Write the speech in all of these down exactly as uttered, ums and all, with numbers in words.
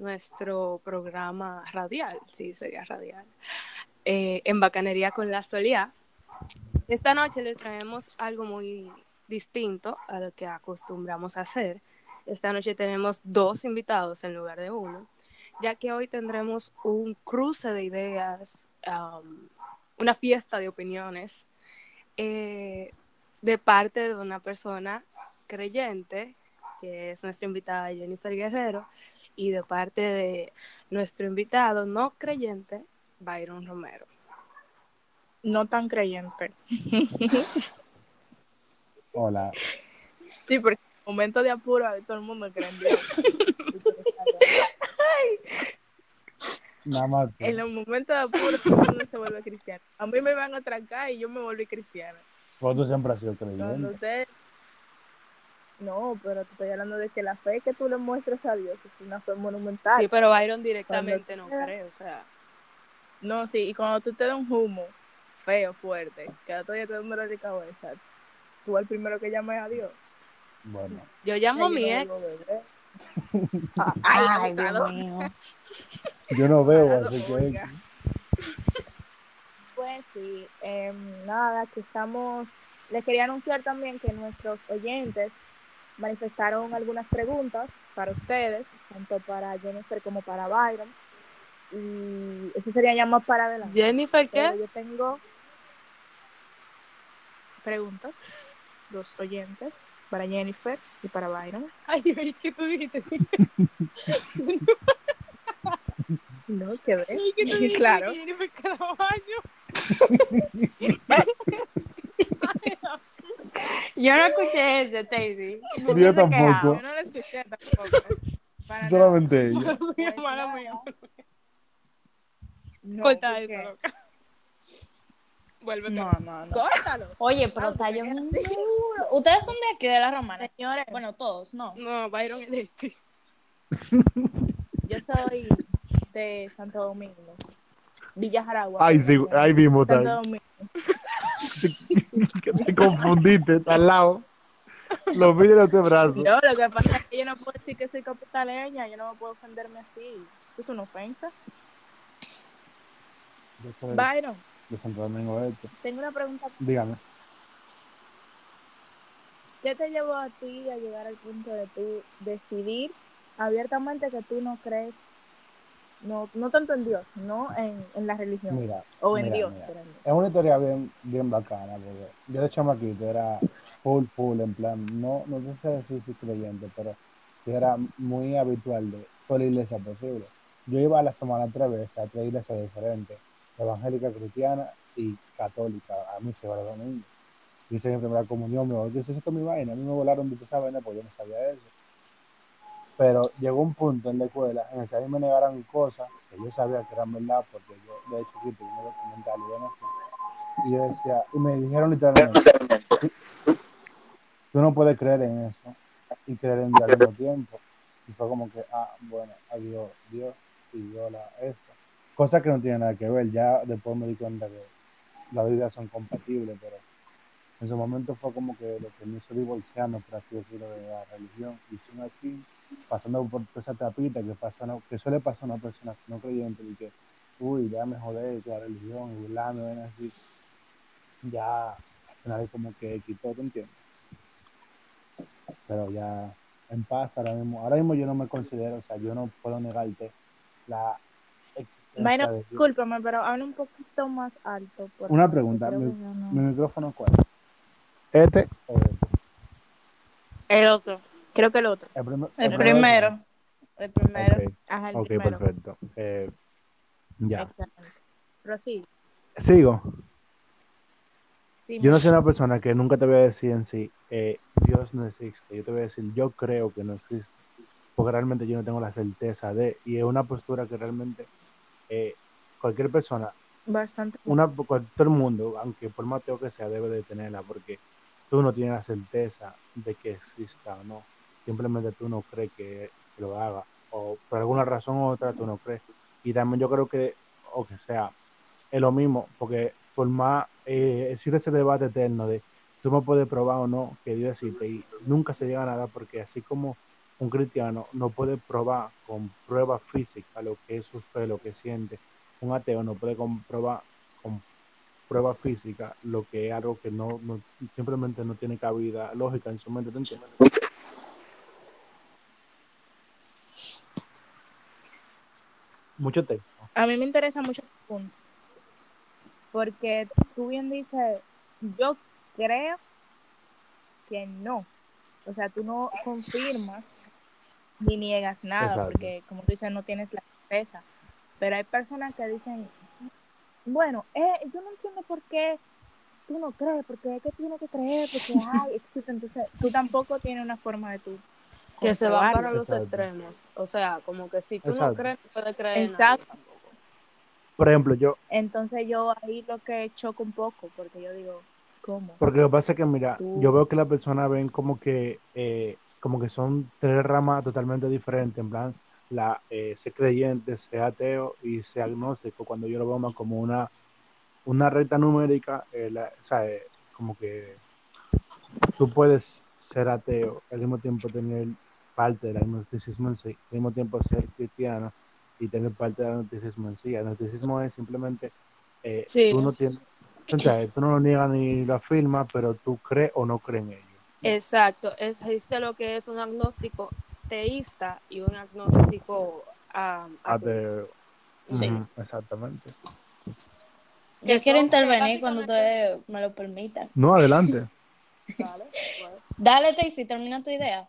nuestro programa radial, sí, sería radial, eh, en Bacanería con la Solía. Esta noche les traemos algo muy distinto a lo que acostumbramos a hacer. Esta noche tenemos dos invitados en lugar de uno, ya que hoy tendremos un cruce de ideas, um, una fiesta de opiniones, eh, de parte de una persona creyente, que es nuestra invitada Jennifer Guerrero, y de parte de nuestro invitado no creyente, Byron Romero. No tan creyente. Hola. Sí, porque en el momento de apuro todo el mundo cree en Dios. Nada más tú. En los momentos de apuro todo el mundo se vuelve cristiano. A mí me van a trancar y yo me volví cristiana. Pues tú siempre has sido Cuando creyente. usted... No, pero te estoy hablando de que la fe que tú le muestras a Dios es una fe monumental. Sí, pero Byron directamente Cuando... no cree, o sea... No, sí, y cuando tú te das un humo feo, fuerte, que todavía te da un dolor de cabeza, tú el primero que llamas a Dios. Bueno. Yo llamo a Ay, yo mi no ex. vuelvo a beber. Ay, Ay, Dios abusado. mío. Yo no veo, Ojalá así lo que... oiga. Pues sí, eh, nada, que estamos... Les quería anunciar también que nuestros oyentes manifestaron algunas preguntas para ustedes, tanto para Jennifer como para Byron. Y eso sería ya más para adelante. Jennifer, ¿qué? Pero yo tengo preguntas, dos oyentes, para Jennifer y para Byron. Ay, ay, ¿qué tú dijiste? No, que ve. Ay, ¿qué tú dijiste? Claro. Que Jennifer Caraballo. Yo no escuché ese, Stacy. Yo Hubiese tampoco. quejado. Yo no lo escuché tampoco. Para Solamente ella. Mala mía, Pues mala nada. mía. No, Corta ¿por eso, qué? loca. Vuélvete. No, no, no. Córtalo. Oye, pero Ah, está porque lloviendo es así. duro. Ustedes son de aquí, de la Romana. Señores, Bueno, todos, ¿no? No, Byron es de este. yo soy de Santo Domingo. Villa Jaragua. Ay, perdón, sí, mi amor. ahí mismo está. Santo Domingo. Que te confundiste, está al lado. Los vídeos de tu brazo. No, lo que pasa es que yo no puedo decir que soy capitaleña, yo no me puedo ofenderme así. Eso es una ofensa. Yo soy Byron, de Santo Domingo Este. tengo una pregunta. Dígame. ¿Qué te llevó a ti a llegar al punto de tú decidir abiertamente que tú no crees, no, no tanto en Dios, no en, en la religión? Mira, o en mira, Dios, mira. pero en Dios. Es una historia bien, bien bacana, porque yo de chamaquito era full, full, en plan, no, no sé decir si creyente, pero sí era muy habitual de toda la iglesia posible. Yo iba a la semana tres veces a tres iglesias diferentes, evangélica, cristiana y católica, a mí se va los domingos. Hice mi primera comunión, me volví, eso es mi vaina, a mí me volaron de esa vaina, pues yo no sabía eso. Pero llegó un punto en la escuela en el que a mí me negaron cosas que yo sabía que eran verdad, porque yo de chiquito yo me documentaba y ven así. Y yo decía, y me dijeron literalmente, tú, tú no puedes creer en eso y creer en Dios al mismo tiempo. Y fue como que, ah, bueno, adiós Dios y yo la esto. Cosas que no tienen nada que ver. Ya después me di cuenta que las vidas son compatibles, pero en su momento fue como que lo que me hizo divorciarme, por así decirlo, de la religión. Y estoy aquí pasando por toda esa tapita que, pasa, ¿no? Que suele pasar a una persona no creyente y que, uy, déjame joder con la religión y burlando, ven así. Ya al final es como que quitó, ¿te entiendes? Pero ya en paz ahora mismo. Ahora mismo yo no me considero, o sea, yo no puedo negarte la existencia Byron, de Dios. discúlpame, pero habla un poquito más alto. Porque Una pregunta, creo ¿mi, que yo no... mi micrófono cuál? ¿Este o este? El otro. Creo que el otro. El, primer, El el primero. primero. El primero. Ok, Ajá, el ok, primero. perfecto. Eh, ya. Excelente. Prosigue. Sigo. Sí, Yo no soy mucho. una persona que nunca te voy a decir en sí, eh, Dios no existe. Yo te voy a decir, yo creo que no existe. Porque realmente yo no tengo la certeza de, y es una postura que realmente eh, cualquier persona, Bastante. una, cual- todo el mundo, aunque por más ateo que sea, debe de tenerla, porque tú no tienes la certeza de que exista o no. Simplemente tú no crees que, que lo haga, o por alguna razón u otra tú no crees. Y también yo creo que, o que sea, es lo mismo, porque por más, eh, existe ese debate eterno de tú me puedes probar o no que Dios existe y nunca se llega a nada, porque así como un cristiano no puede probar con prueba física lo que es su fe, lo que siente. Un ateo no puede comprobar con prueba física lo que es algo que no, no simplemente no tiene cabida lógica en su mente, ¿te entiendes? Mucho texto. A mí me interesa mucho el punto, porque tú bien dices, yo creo que no. O sea, tú no confirmas ni niegas nada, Exacto. porque como tú dices, no tienes la certeza. Pero hay personas que dicen, bueno, eh, yo no entiendo por qué tú no crees, porque es que tienes que creer, porque ay, existe. Entonces, tú tampoco tienes una forma de tú Que se van comprobarlo. para los Exacto. extremos. O sea, como que si tú no Exacto. crees, no puedes creer en nadie Exacto. tampoco. Por ejemplo, yo, Entonces yo ahí lo que choco un poco, porque yo digo, ¿cómo? porque lo que pasa es que, mira, yo Tú, veo que las personas ven como que, eh, como que son tres ramas totalmente diferentes, en plan, la, eh, ser creyente, ser ateo y ser agnóstico, cuando yo lo veo más como una, una recta numérica, eh, la- o sea, eh, como que tú puedes ser ateo, al mismo tiempo tener parte del agnosticismo en sí, al mismo tiempo ser cristiano y tener parte del agnosticismo en sí. El agnosticismo es simplemente, eh, Sí, tú no tienes, o sea, tú no lo niegas ni lo afirmas, pero tú crees o no crees en ello. exacto. Existe lo que es un agnóstico teísta y un agnóstico um, ateísta. Ateo. Ujú. Sí. Ujú, exactamente. Que Yo quiero son, que intervenir cuando básicamente, ustedes me lo permitan. No, adelante. vale, bueno, Dale, Daisy, termina tu idea.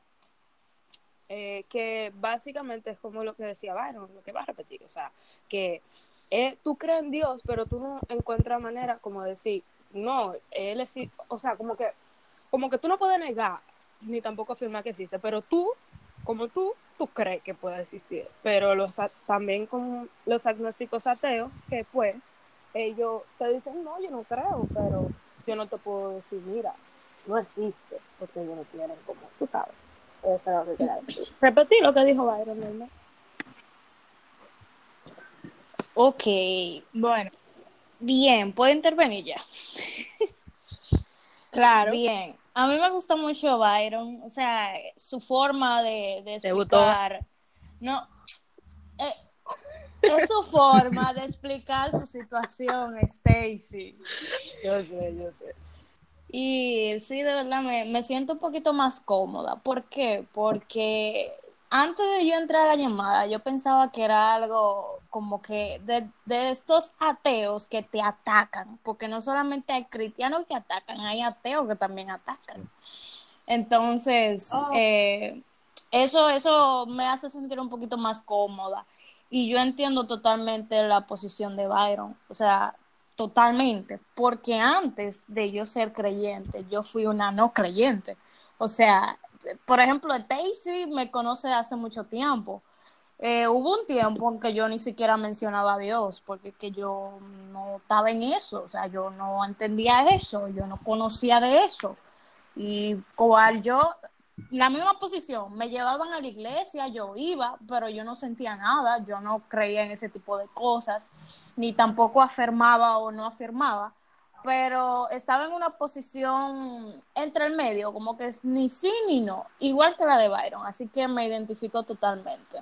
eh, que básicamente es como lo que decía Byron, lo que va a repetir, o sea, que eh, tú crees en Dios, pero tú no encuentras manera como decir, no, él es, o sea, como que, como que tú no puedes negar, ni tampoco afirmar que existe, pero tú, como tú, tú crees que puede existir, pero los, también con los agnósticos ateos, que pues, ellos te dicen, no, yo no creo, pero yo no te puedo decir, mira, no existe, porque ellos no tienen como, tú sabes. Eso es lo que quería decir. Repetí lo que dijo Byron, ¿no? Ok. bueno, Bien, puedo intervenir ya. claro, Bien. A mí me gusta mucho Byron, o sea, su forma de, de ¿Te gustó? explicar. No, eh, es su forma de explicar su situación, Stacy. Yo sé, yo sé. Y sí, de verdad me, me siento un poquito más cómoda. ¿Por qué? Porque antes de yo entrar a la llamada, yo pensaba que era algo como que de, de estos ateos que te atacan, porque no solamente hay cristianos que atacan, hay ateos que también atacan. Entonces, oh, eh, eso, eso me hace sentir un poquito más cómoda. Y yo entiendo totalmente la posición de Byron. O sea, totalmente. Porque antes de yo ser creyente, yo fui una no creyente. O sea, por ejemplo, Daisy me conoce hace mucho tiempo. Eh, hubo un tiempo en que yo ni siquiera mencionaba a Dios, porque que yo no estaba en eso, o sea, yo no entendía eso, yo no conocía de eso. Y cual yo, la misma posición, me llevaban a la iglesia, yo iba, pero yo no sentía nada, yo no creía en ese tipo de cosas, ni tampoco afirmaba o no afirmaba, pero estaba en una posición entre el medio, como que es ni sí ni no, igual que la de Byron, así que me identificó totalmente.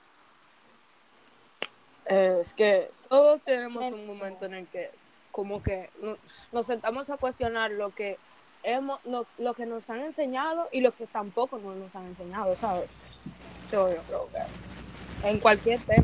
Eh, es que todos tenemos me- un momento en el que como que no, nos sentamos a cuestionar lo que hemos, lo, lo que nos han enseñado y lo que tampoco no nos han enseñado, ¿sabes? Yo, yo creo que en cualquier tema.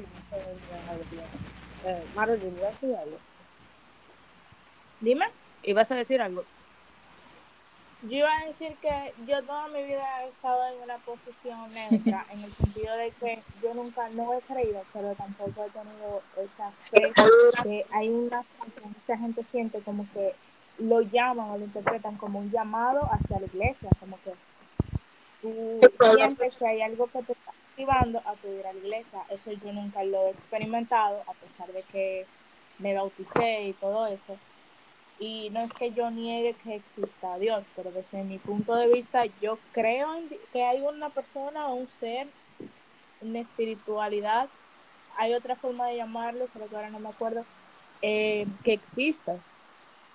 Eh, Marilyn, ¿ibas a decir algo? dime. ¿Ibas a decir algo? Yo iba a decir que yo toda mi vida he estado en una posición neutra, en el sentido de que yo nunca no he creído, pero tampoco he tenido esa fe, que hay una fe que mucha gente siente como que lo llaman o lo interpretan como un llamado hacia la iglesia, como que tú sientes que hay algo que te está activando a tu ir a la iglesia. Eso yo nunca lo he experimentado, a pesar de que me bauticé y todo eso. Y no es que yo niegue que exista Dios, pero desde mi punto de vista yo creo en que hay una persona o un ser, una espiritualidad, hay otra forma de llamarlo, creo que ahora no me acuerdo, eh, que existe,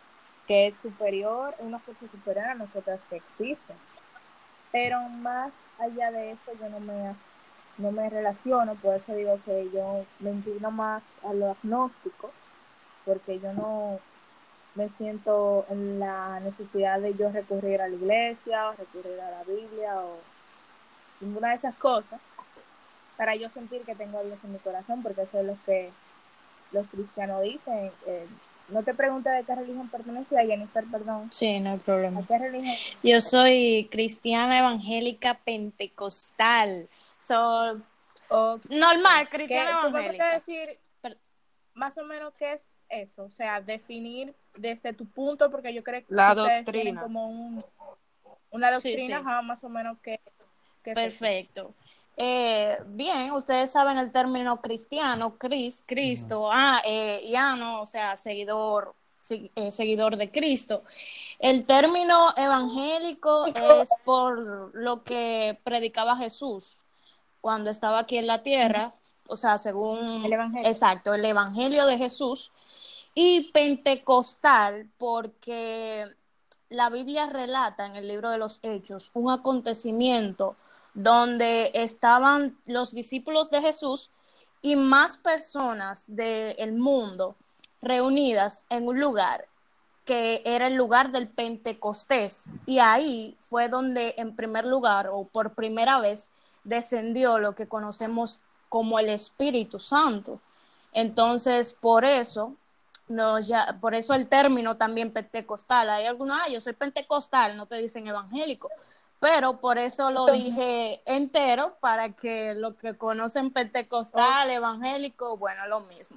que es superior, una fuerza superior a nosotras que existe. Pero más allá de eso yo no me, no me relaciono, por eso digo que yo me inclino más a lo agnóstico, porque yo no me siento en la necesidad de yo recurrir a la iglesia o recurrir a la Biblia o ninguna de esas cosas para yo sentir que tengo a Dios en mi corazón, porque eso es lo que los cristianos dicen. Eh, no te pregunté de qué religión pertenecía, Jennifer, perdón. Sí, no hay problema. ¿A qué religión? Yo soy cristiana evangélica pentecostal. So, Okay. normal, cristiana ¿Tú me evangélica. puedes decir más o menos qué es eso? O sea, definir desde tu punto, porque yo creo que La ustedes doctrina. tienen como un, una doctrina, Sí, sí. ajá, más o menos qué, qué es Perfecto. eso. Eh, bien, ustedes saben el término cristiano, Cris, Cristo, uh-huh. ah, eh, Iano, o sea, seguidor, eh, seguidor de Cristo. El término evangélico es por lo que predicaba Jesús cuando estaba aquí en la tierra, o sea, según, el evangelio. Exacto, el evangelio de Jesús, y pentecostal porque la Biblia relata en el libro de los Hechos un acontecimiento donde estaban los discípulos de Jesús y más personas del mundo reunidas en un lugar que era el lugar del Pentecostés, y ahí fue donde en primer lugar o por primera vez descendió lo que conocemos como el Espíritu Santo. Entonces, por eso no, ya, por eso el término también pentecostal. Hay algunos, ah, yo soy pentecostal, no te dicen evangélico, pero por eso lo dije entero, para que los que conocen pentecostal, oh. evangélico, bueno, lo mismo.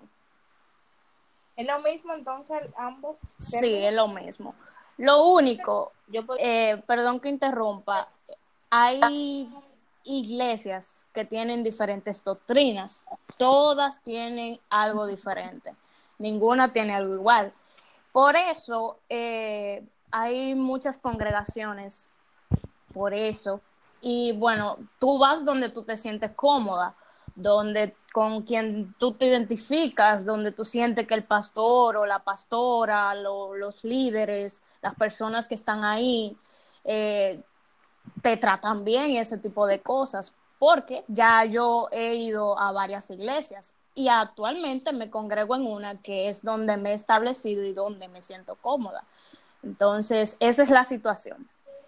¿Es lo mismo entonces ambos términos? Sí, es lo mismo. Lo único, yo puedo... eh, perdón que interrumpa, hay iglesias que tienen diferentes doctrinas, todas tienen algo diferente, ninguna tiene algo igual. Por eso eh, hay muchas congregaciones, por eso, y bueno, tú vas donde tú te sientes cómoda, donde con quien tú te identificas, donde tú sientes que el pastor o la pastora, lo, los líderes, las personas que están ahí, eh, te tratan bien y ese tipo de cosas, porque ya yo he ido a varias iglesias y actualmente me congrego en una que es donde me he establecido y donde me siento cómoda. Entonces, esa es la situación.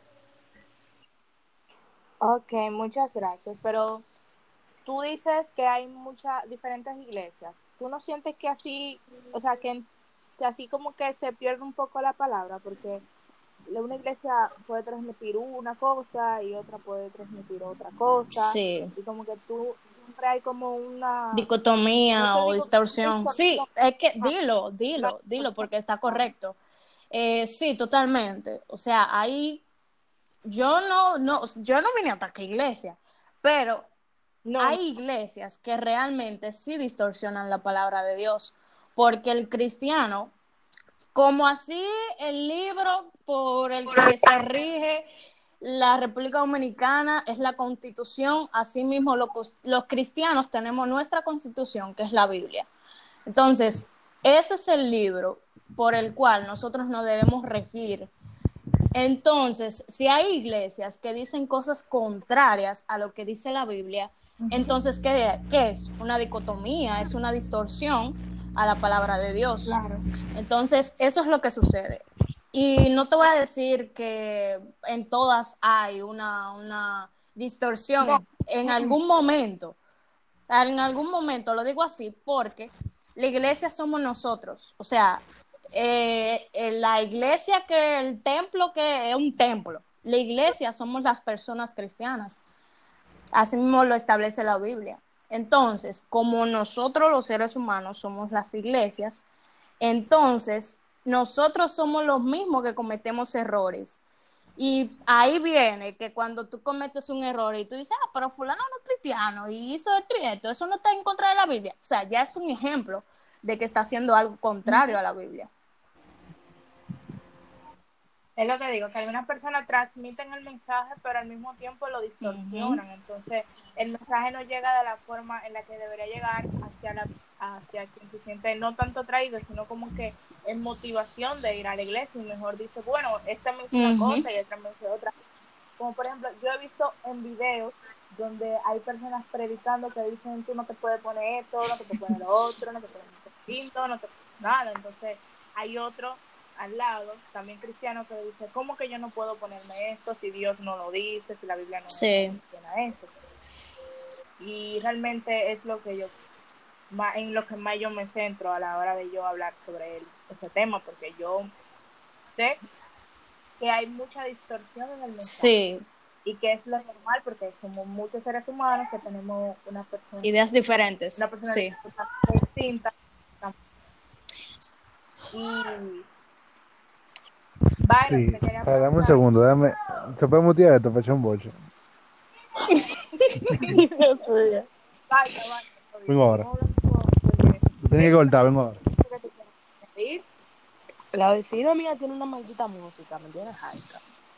Ok, muchas gracias, pero tú dices que hay muchas diferentes iglesias. ¿Tú no sientes que así, o sea, que, que así como que se pierde un poco la palabra? Porque una iglesia puede transmitir una cosa y otra puede transmitir otra cosa. Sí. Y como que tú siempre hay como una dicotomía no o digo, distorsión. Sí, es que dilo, ah, dilo, dilo, porque está correcto. Eh, sí, totalmente. O sea, ahí yo no, no, yo no vine a atacar iglesia, pero no. Hay iglesias que realmente sí distorsionan la palabra de Dios, porque el cristiano, como así el libro por el que se rige la República Dominicana es la Constitución, asimismo los, los cristianos tenemos nuestra Constitución, que es la Biblia. Entonces, ese es el libro por el cual nosotros nos debemos regir. Entonces, si hay iglesias que dicen cosas contrarias a lo que dice la Biblia, entonces, ¿qué, qué es? Una dicotomía, es una distorsión a la palabra de Dios. Claro. Entonces, eso es lo que sucede. Y no te voy a decir que en todas hay una, una distorsión. No. En algún momento, en algún momento, lo digo así, porque la iglesia somos nosotros. O sea, eh, la iglesia que el templo que es un templo. La iglesia somos las personas cristianas. Así mismo lo establece la Biblia. Entonces, como nosotros los seres humanos somos las iglesias, entonces nosotros somos los mismos que cometemos errores. Y ahí viene que cuando tú cometes un error y tú dices, ah, pero fulano no es cristiano y hizo esto y esto, eso no está en contra de la Biblia. O sea, ya es un ejemplo de que está haciendo algo contrario a la Biblia. Es lo que digo, que algunas personas transmiten el mensaje, pero al mismo tiempo lo distorsionan. Uh-huh. Entonces, el mensaje no llega de la forma en la que debería llegar hacia la hacia quien se siente no tanto atraído, sino como que en motivación de ir a la iglesia. Y mejor dice, bueno, esta me dice uh-huh. una cosa y esta me dice otra. como por ejemplo, yo he visto en videos donde hay personas predicando que dicen tú no te puedes poner esto, no te puedes poner lo otro, no te puedes poner distinto, no te nada. Entonces hay otro al lado, también cristiano, que dice, ¿cómo que yo no puedo ponerme esto si Dios no lo dice, si la Biblia no, Sí. no menciona eso? Y realmente es lo que yo, en lo que más yo me centro a la hora de yo hablar sobre el, ese tema, porque yo sé que hay mucha distorsión en el mensaje. Sí. Y que es lo normal porque somos muchos seres humanos que tenemos una persona, ideas diferentes. una persona Sí. distinta. Y Byron, Sí, te quería ah, dame un preguntar. segundo, dame. ¿Se puede mutear esto para echar un boche? Vaya, vaya, Vengo ahora. estamos hablando con- Tú tienes que cortar, vengo ahora. La vecina mía tiene una maldita música, me tiene jaica.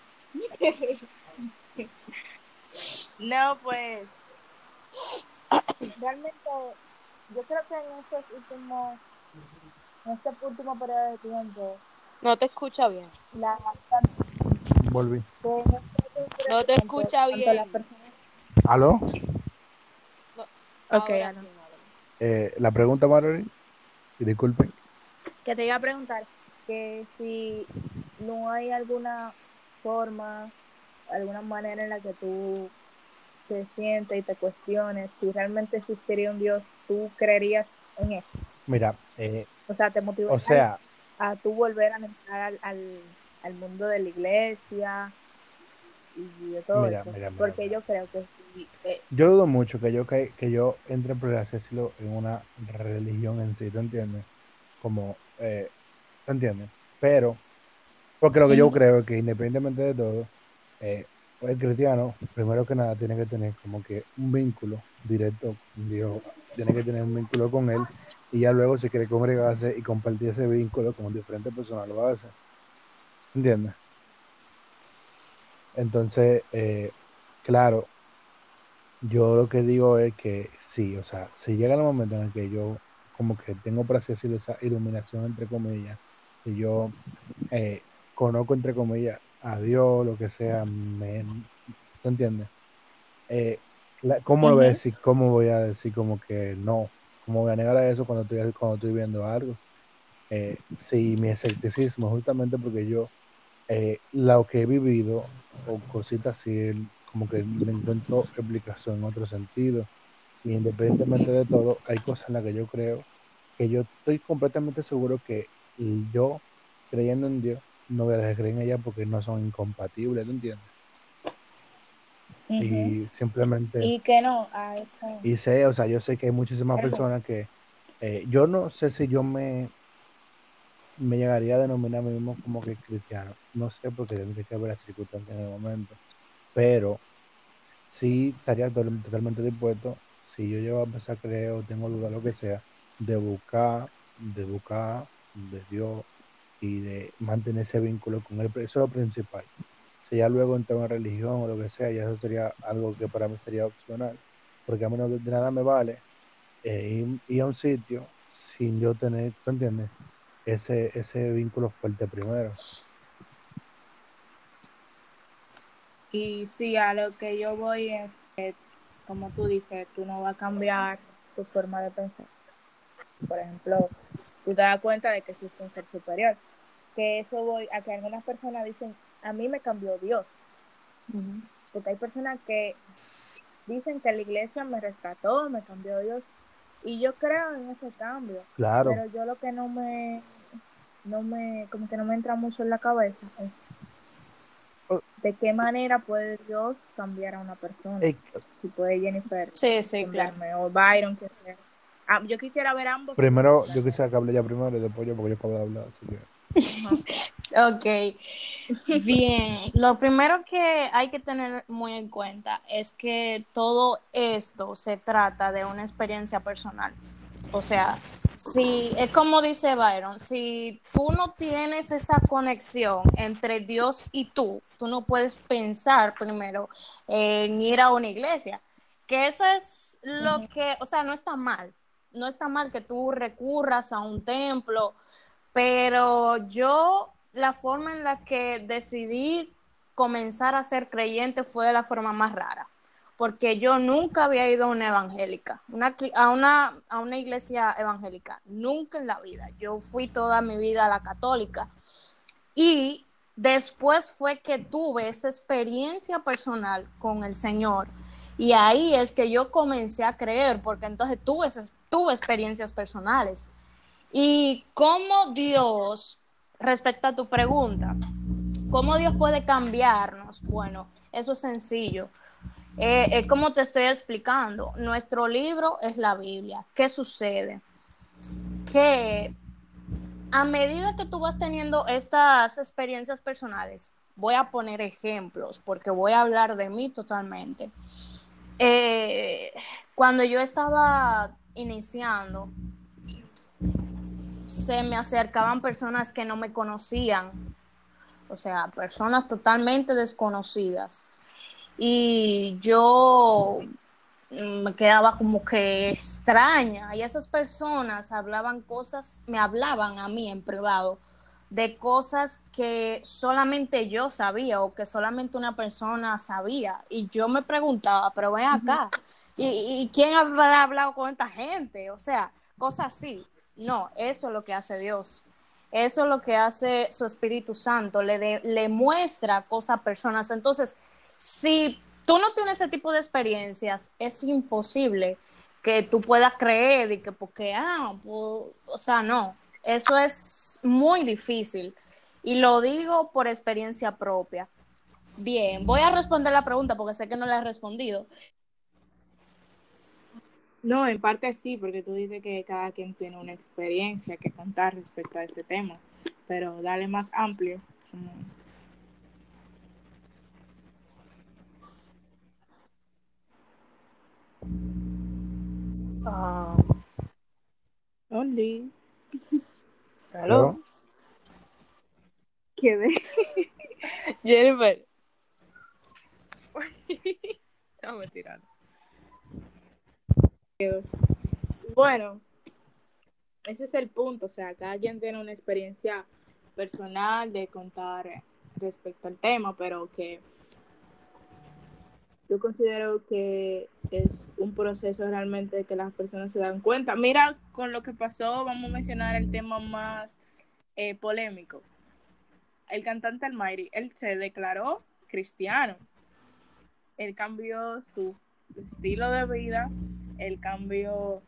No, pues realmente yo creo que en estos últimos, en este último periodo de tiempo, No te escucha bien. la Volví. que en este último periodo No de te tiempo, escucha tanto las bien. personas. ¿Aló? No, Ok, ahora Ana. sí, madre. Eh, la pregunta, Marilyn, y disculpen. Que te iba a preguntar que si no hay alguna forma, alguna manera en la que tú te sientes y te cuestiones si realmente existiría un Dios, tú creerías en eso. Mira, eh, O sea, te o motivaría sea, a, a tú volver a entrar al, al, al mundo de la iglesia y de todo mira, eso. mira, mira, Porque mira. yo creo que sí. Eh, Yo dudo mucho que yo, que, que yo entre, por así decirlo, en una religión en sí, ¿tú entiendes? Como, eh, ¿tú entiendes? Pero, porque lo que yo uh-huh. creo es que independientemente de todo, eh, el cristiano, primero que nada, tiene que tener como que un vínculo directo con Dios, tiene que tener un vínculo con Él, y ya luego si quiere congregarse y compartir ese vínculo con diferentes personas, lo hace, ¿entiendes? Entonces, eh, claro, yo lo que digo es que sí, o sea, si llega el momento en el que yo como que tengo, por así decirlo, esa iluminación, entre comillas, si yo eh, conozco, entre comillas, a Dios, lo que sea, me, ¿tú entiendes? Eh, la- ¿cómo lo voy a Uh-huh. decir? ¿Cómo voy a decir como que no? ¿Cómo voy a negar a eso cuando estoy, cuando estoy viendo algo? Eh, sí, mi escepticismo, justamente porque yo, eh, lo que he vivido o cositas así, como que le encuentro explicación en otro sentido. Y independientemente de todo, hay cosas en las que yo creo que yo estoy completamente seguro que yo, creyendo en Dios, no voy a dejar de creer en ella porque no son incompatibles, ¿tú entiendes? Uh-huh. Y simplemente, Y que no, a eso. y sé, o sea, yo sé que hay muchísimas personas que, eh, yo no sé si yo me, me llegaría a denominar a mí mismo como que cristiano, no sé porque tendría que haber las circunstancias en el momento, pero sí estaría to- totalmente dispuesto, si yo llego a empezar a creer o tengo duda, lo que sea, de buscar, de buscar de Dios y de mantener ese vínculo con Él. Eso es lo principal. Si ya luego entro en religión o lo que sea, ya eso sería algo que para mí sería opcional, porque a mí no de de nada me vale eh, ir, ir a un sitio sin yo tener, ¿tú entiendes? Ese, ese vínculo fuerte primero. Y sí, a lo que yo voy es, como tú dices, tú no vas a cambiar tu forma de pensar. Por ejemplo, tú te das cuenta de que existe un ser superior. Que eso voy a que algunas personas dicen, a mí me cambió Dios. Uh-huh. Porque hay personas que dicen que la iglesia me rescató, me cambió Dios. Y yo creo en ese cambio. Claro, Pero yo lo que no me, no me, como que no me entra mucho en la cabeza es o- de qué manera puede Dios cambiar a una persona. eh, Si puede Jennifer Sí, sí, claro. cambiarme o Byron que sea. Ah, yo quisiera ver ambos puntos primero, yo realmente. quisiera que hable ya primero y después yo, porque yo acabo de hablar, así que. Ajá. Ok, bien. Lo primero que hay que tener muy en cuenta es que todo esto se trata de una experiencia personal. O sea, si es como dice Byron, si tú no tienes esa conexión entre Dios y tú, tú no puedes pensar primero en ir a una iglesia. Que eso es lo Uh-huh. que, o sea, no está mal. No está mal que tú recurras a un templo, pero yo, la forma en la que decidí comenzar a ser creyente fue de la forma más rara, porque yo nunca había ido a una evangélica, una, a, una, a una iglesia evangélica, nunca en la vida. Yo fui toda mi vida a la católica y después fue que tuve esa experiencia personal con el Señor y ahí es que yo comencé a creer, porque entonces tuve, tuve experiencias personales. Y cómo Dios, respecto a tu pregunta, ¿cómo Dios puede cambiarnos? Bueno, eso es sencillo. Eh, eh, como te estoy explicando, nuestro libro es la Biblia. ¿Qué sucede? Que a medida que tú vas teniendo estas experiencias personales, voy a poner ejemplos porque voy a hablar de mí totalmente. Eh, cuando yo estaba iniciando, se me acercaban personas que no me conocían, o sea, personas totalmente desconocidas. Y yo me quedaba como que extraña y esas personas hablaban cosas, me hablaban a mí en privado de cosas que solamente yo sabía o que solamente una persona sabía y yo me preguntaba, pero ven acá, ¿y, y quién habrá hablado con esta gente? O sea, cosas así. No, eso es lo que hace Dios. Eso es lo que hace su Espíritu Santo, le, de, le muestra cosas a personas. Entonces, si tú no tienes ese tipo de experiencias, es imposible que tú puedas creer y que porque, ah, pues, o sea, no, eso es muy difícil y lo digo por experiencia propia. Bien, voy a responder la pregunta porque sé que no la he respondido. No, en parte sí, porque tú dices que cada quien tiene una experiencia que contar respecto a ese tema, pero dale más amplio. Um, Oli. Hello. ¿Qué ve? Jennifer. No, me tiraron. Bueno, ese es el punto, o sea, cada quien tiene una experiencia personal de contar respecto al tema, pero que yo considero que es un proceso realmente que las personas se dan cuenta. Mira, con lo que pasó, vamos a mencionar el tema más eh, polémico. El cantante Almighty, él se declaró cristiano. Él cambió su estilo de vida, él cambió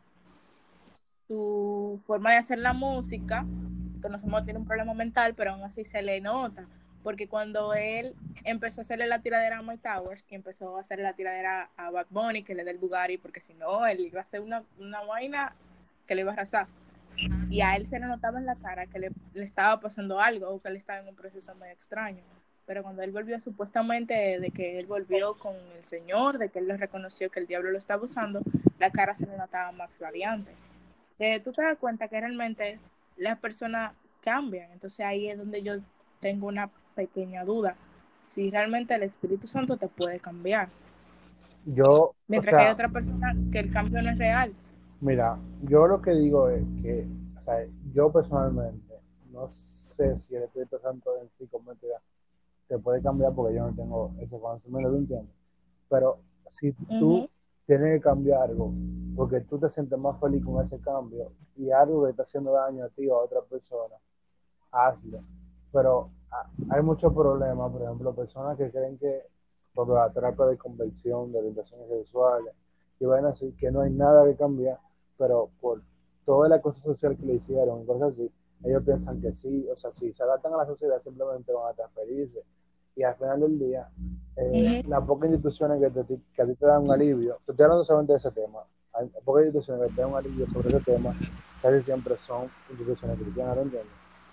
su forma de hacer la música. Conocemos que tiene un problema mental, pero aún así se le nota. Porque cuando él empezó a hacerle la tiradera a Mike Towers y empezó a hacerle la tiradera a Bad Bunny, que le dé el Bugatti, porque si no, él iba a hacer una, una vaina que le iba a arrasar. Y a él se le notaba en la cara que le, le estaba pasando algo o que él estaba en un proceso muy extraño. Pero cuando él volvió, supuestamente, de que él volvió con el Señor, de que él le reconoció que el diablo lo estaba usando, la cara se le notaba más radiante. Eh, tú te das cuenta que realmente las personas cambian. Entonces ahí es donde yo tengo una pequeña duda. Si realmente el Espíritu Santo te puede cambiar. Yo, Mientras o sea, que hay otra persona que el cambio no es real. mira, yo lo que digo es que, o sea, yo personalmente no sé si el Espíritu Santo en sí como entidad te puede cambiar porque yo no tengo ese conocimiento, ¿lo entiendes? Pero si tú Uh-huh. tienes que cambiar algo porque tú te sientes más feliz con ese cambio y algo que está haciendo daño a ti o a otra persona, hazlo. Pero ah, hay muchos problemas, por ejemplo, personas que creen que por la terapia de conversión, de orientaciones sexuales, y van a decir que no hay nada que cambiar, pero por toda la cosa social que le hicieron y cosas así, ellos piensan que sí, o sea, si se adaptan a la sociedad simplemente van a transferirse. Y al final del día, eh, Uh-huh. las pocas instituciones que, te, que a ti te dan un alivio, te estoy hablando solamente de ese tema, hay pocas instituciones que te dan un alivio sobre ese tema, casi siempre son instituciones cristianas, ¿lo entiendes?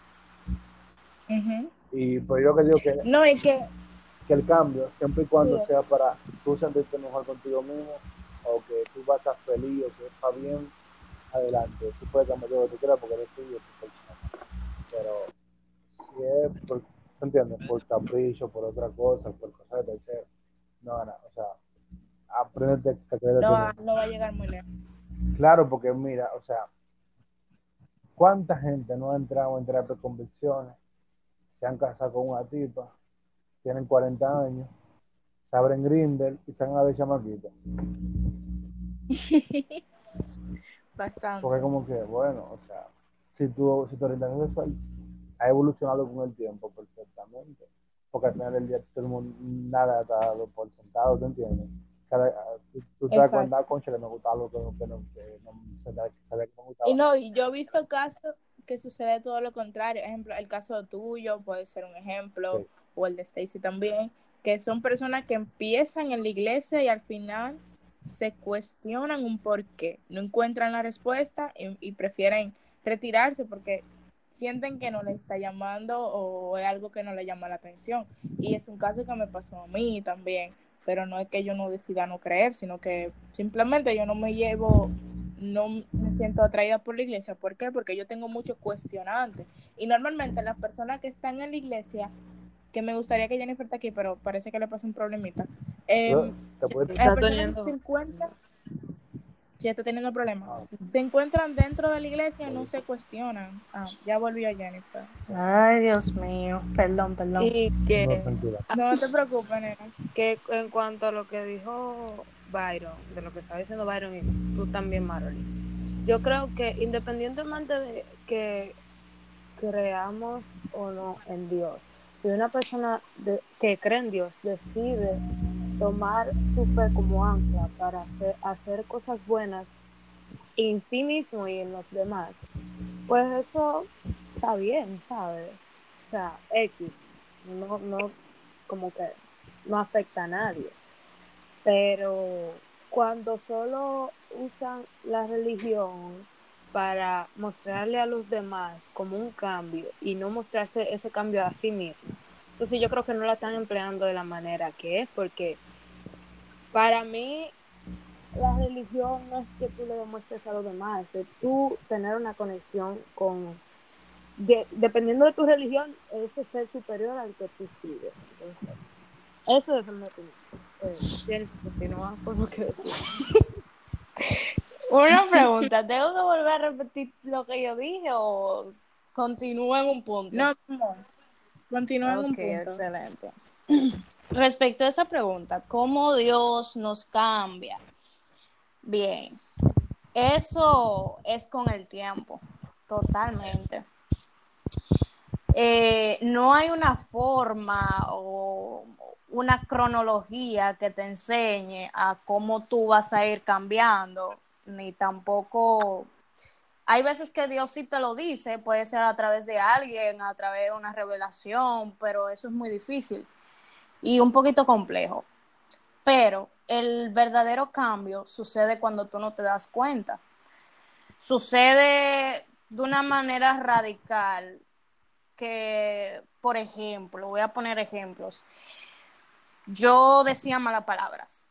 Uh-huh. Y pues yo que digo que, No, y que que el cambio, siempre y cuando sí. sea para tú sentirte mejor contigo mismo, o que tú vas a estar feliz, o que está bien, adelante. Tú puedes cambiar lo que tú quieras porque eres tú y es tu persona. Pero si es por, ¿te entiendes? Por capricho, por otra cosa, por cosas de tercero, no, no, o sea, aprende a creer de no ti va, mismo. no va a llegar muy lejos. Claro, porque mira, o sea, ¿cuánta gente no ha entrado en terapia de convicciones, se han casado con una tipa, tienen cuarenta años, se abren Grindr y se van a ver chamaquitos. Bastante. Porque como que, bueno, o sea, si tu, si tu orientación sexual ha evolucionado con el tiempo perfectamente, porque al final del día todo el mundo, nada está dado por sentado, ¿te entiendes? Cada, tú, tú te das cuenta, concha, que me gustaba algo que no, que no, que no sabía que me gustaba. Y no, y yo he visto casos que sucede todo lo contrario. Ejemplo, el caso tuyo puede ser un ejemplo, Sí. o el de Stacy también, que son personas que empiezan en la iglesia y al final se cuestionan un porqué, no encuentran la respuesta y, y prefieren retirarse porque sienten que no les está llamando o es algo que no le llama la atención. Y es un caso que me pasó a mí también, pero no es que yo no decida no creer, sino que simplemente yo no me llevo, no me siento atraída por la iglesia. ¿Por qué? Porque yo tengo muchos cuestionantes. Y normalmente las personas que están en la iglesia, que me gustaría que Jennifer esté aquí, pero parece que le pasa un problemita. Eh, ¿Te puedes... las Está personas teniendo... se encuentran, si está teniendo problemas, Ah, se encuentran dentro de la iglesia y no se cuestionan. Ah, ya volvió Jennifer. Ay, Dios mío. Perdón, perdón. Y no, que, tranquila. No te preocupes, nena. que en cuanto a lo que dijo Byron, de lo que estaba diciendo Byron y tú también, Maroli, yo creo que independientemente de que creamos o no en Dios, si una persona de, que cree en Dios decide tomar su fe como ancla para hacer, hacer cosas buenas en sí mismo y en los demás, pues eso está bien, ¿sabes? O sea, X, no, no, como que no afecta a nadie. Pero cuando solo usan la religión para mostrarle a los demás como un cambio y no mostrarse ese cambio a sí mismo, entonces yo creo que no la están empleando de la manera que es, porque para mí la religión no es que tú le demuestres a los demás, es tú tener una conexión con, de, dependiendo de tu religión, ese ser superior al que tú sigues. Entonces, eso es mi opinión. Eh, Jennifer, continúa por lo que decía. Una pregunta, ¿tengo que volver a repetir lo que yo dije o continúo en un punto? No, no. Continúa en un Ok, punto. excelente. Respecto a esa pregunta, ¿cómo Dios nos cambia? Bien, eso es con el tiempo, totalmente. Eh, no hay una forma o una cronología que te enseñe a cómo tú vas a ir cambiando, ni tampoco... Hay veces que Dios sí te lo dice, puede ser a través de alguien, a través de una revelación, pero eso es muy difícil y un poquito complejo. Pero el verdadero cambio sucede cuando tú no te das cuenta. Sucede de una manera radical que, por ejemplo, voy a poner ejemplos. Yo decía malas palabras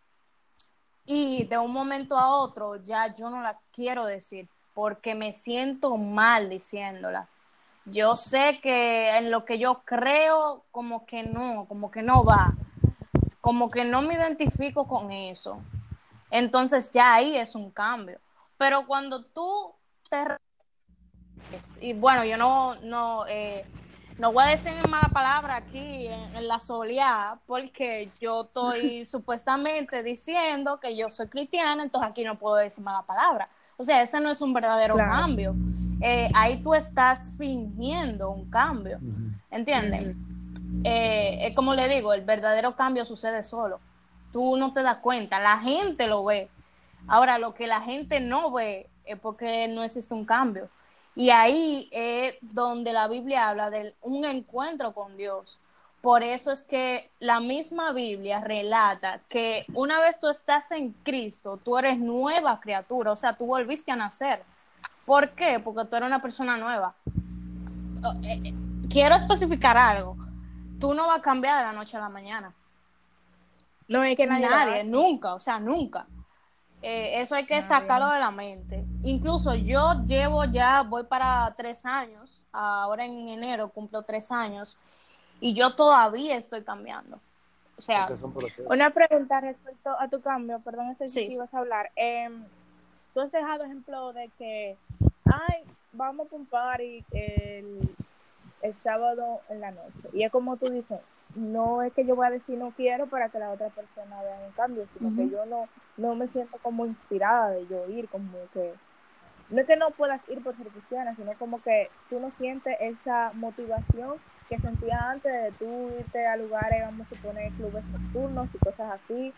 y de un momento a otro ya yo no las quiero decir porque me siento mal diciéndolas. Yo sé que en lo que yo creo como que no, como que no va, como que no me identifico con eso. Entonces ya ahí es un cambio. Pero cuando tú te... Y bueno, yo no, no, eh, no voy a decir mala palabra aquí en, en la soleá, porque yo estoy supuestamente diciendo que yo soy cristiana, entonces aquí no puedo decir mala palabra. O sea, ese no es un verdadero Claro. cambio. Eh, ahí tú estás fingiendo un cambio, ¿entiendes? Ujú. Eh, es como le digo, el verdadero cambio sucede solo. Tú no te das cuenta, la gente lo ve. Ahora, lo que la gente no ve es porque no existe un cambio. Y ahí es donde la Biblia habla de un encuentro con Dios. Por eso es que la misma Biblia relata que una vez tú estás en Cristo, tú eres nueva criatura, o sea, tú volviste a nacer. ¿Por qué? Porque tú eres una persona nueva. Quiero especificar algo. Tú no vas a cambiar de la noche a la mañana. No es que nadie, Nadie, lo hace. nunca, o sea, nunca. Eh, eso hay que Nadie. sacarlo de la mente. Incluso yo llevo ya, voy para tres años, ahora en enero cumplo tres años, y yo todavía estoy cambiando. O sea, Porque es un proceso. Una pregunta respecto a tu cambio, perdón, este sí, que sí. ibas a hablar. Eh, tú has dejado ejemplo de que, ay, vamos a un party el, el sábado en la noche. Y es como tú dices, no es que yo voy a decir no quiero para que la otra persona vea un cambio, sino uh-huh. que yo no, no me siento como inspirada de yo ir, como que, no es que no puedas ir por ser cristiana, sino como que tú no sientes esa motivación que sentías antes de tú irte a lugares, vamos a suponer, clubes nocturnos y cosas así,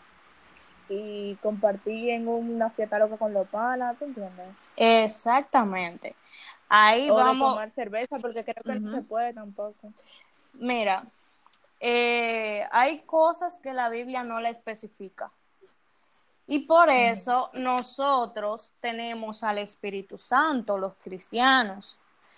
y compartir en una fiesta loca con los panas, ¿tú entiendes? Exactamente. Ahí o vamos. de tomar cerveza, porque creo que uh-huh. no se puede tampoco. Mira, eh, hay cosas que la Biblia no le especifica. Y por eso uh-huh. nosotros tenemos al Espíritu Santo, los cristianos.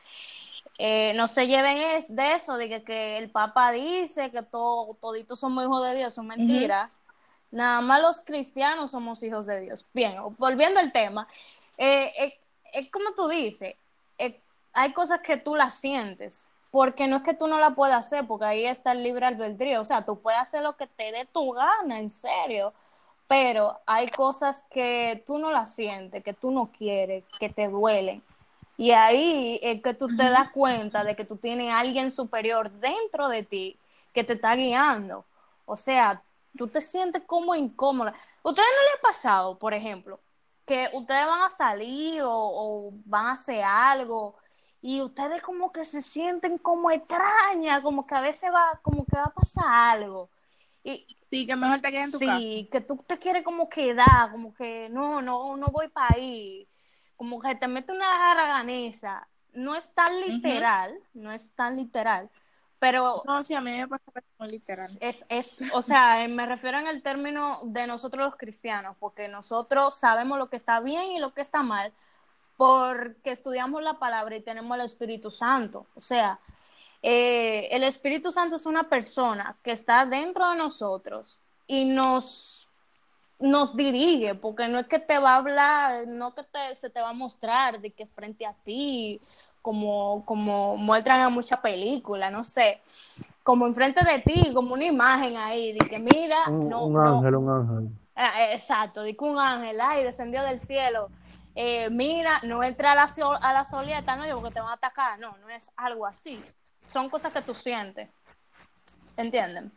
Eh, no se lleven es de eso, de que, que el Papa dice que todo, toditos somos hijos de Dios, son mentiras. Uh-huh. Nada más los cristianos somos hijos de Dios. Bien, volviendo al tema, eh, eh, es como tú dices, eh, hay cosas que tú las sientes, porque no es que tú no la puedas hacer, porque ahí está el libre albedrío, o sea, tú puedes hacer lo que te dé tu gana, en serio, pero hay cosas que tú no las sientes, que tú no quieres, que te duelen. Y ahí es que tú te das cuenta de que tú tienes a alguien superior dentro de ti que te está guiando. O sea, tú te sientes como incómoda. ¿Ustedes no les ha pasado, por ejemplo, que ustedes van a salir o, o van a hacer algo y ustedes como que se sienten como extrañas, como que a veces va, como que va a pasar algo? Y, sí, que mejor te quedes en tu casa. Sí, que tú te quieres como quedar, como que no, no, no voy para ahí. Como que te mete una haraganeza. No es tan literal, uh-huh. no es tan literal, pero... No, sí, a mí me pasa como literal. Es, es, o sea, me refiero en el término de nosotros los cristianos, porque nosotros sabemos lo que está bien y lo que está mal, porque estudiamos la palabra y tenemos el Espíritu Santo. O sea, eh, el Espíritu Santo es una persona que está dentro de nosotros y nos... nos dirige, porque no es que te va a hablar, no que te, se te va a mostrar de que frente a ti, como, como muestran en muchas películas, no sé, como enfrente de ti, como una imagen ahí, de que mira, un, no, un no, ángel, un ángel. Eh, exacto, de que un ángel, ay, descendió del cielo, eh, mira, no entra a la, a la solieta, no, porque te van a atacar, no, no es algo así, son cosas que tú sientes, ¿entienden?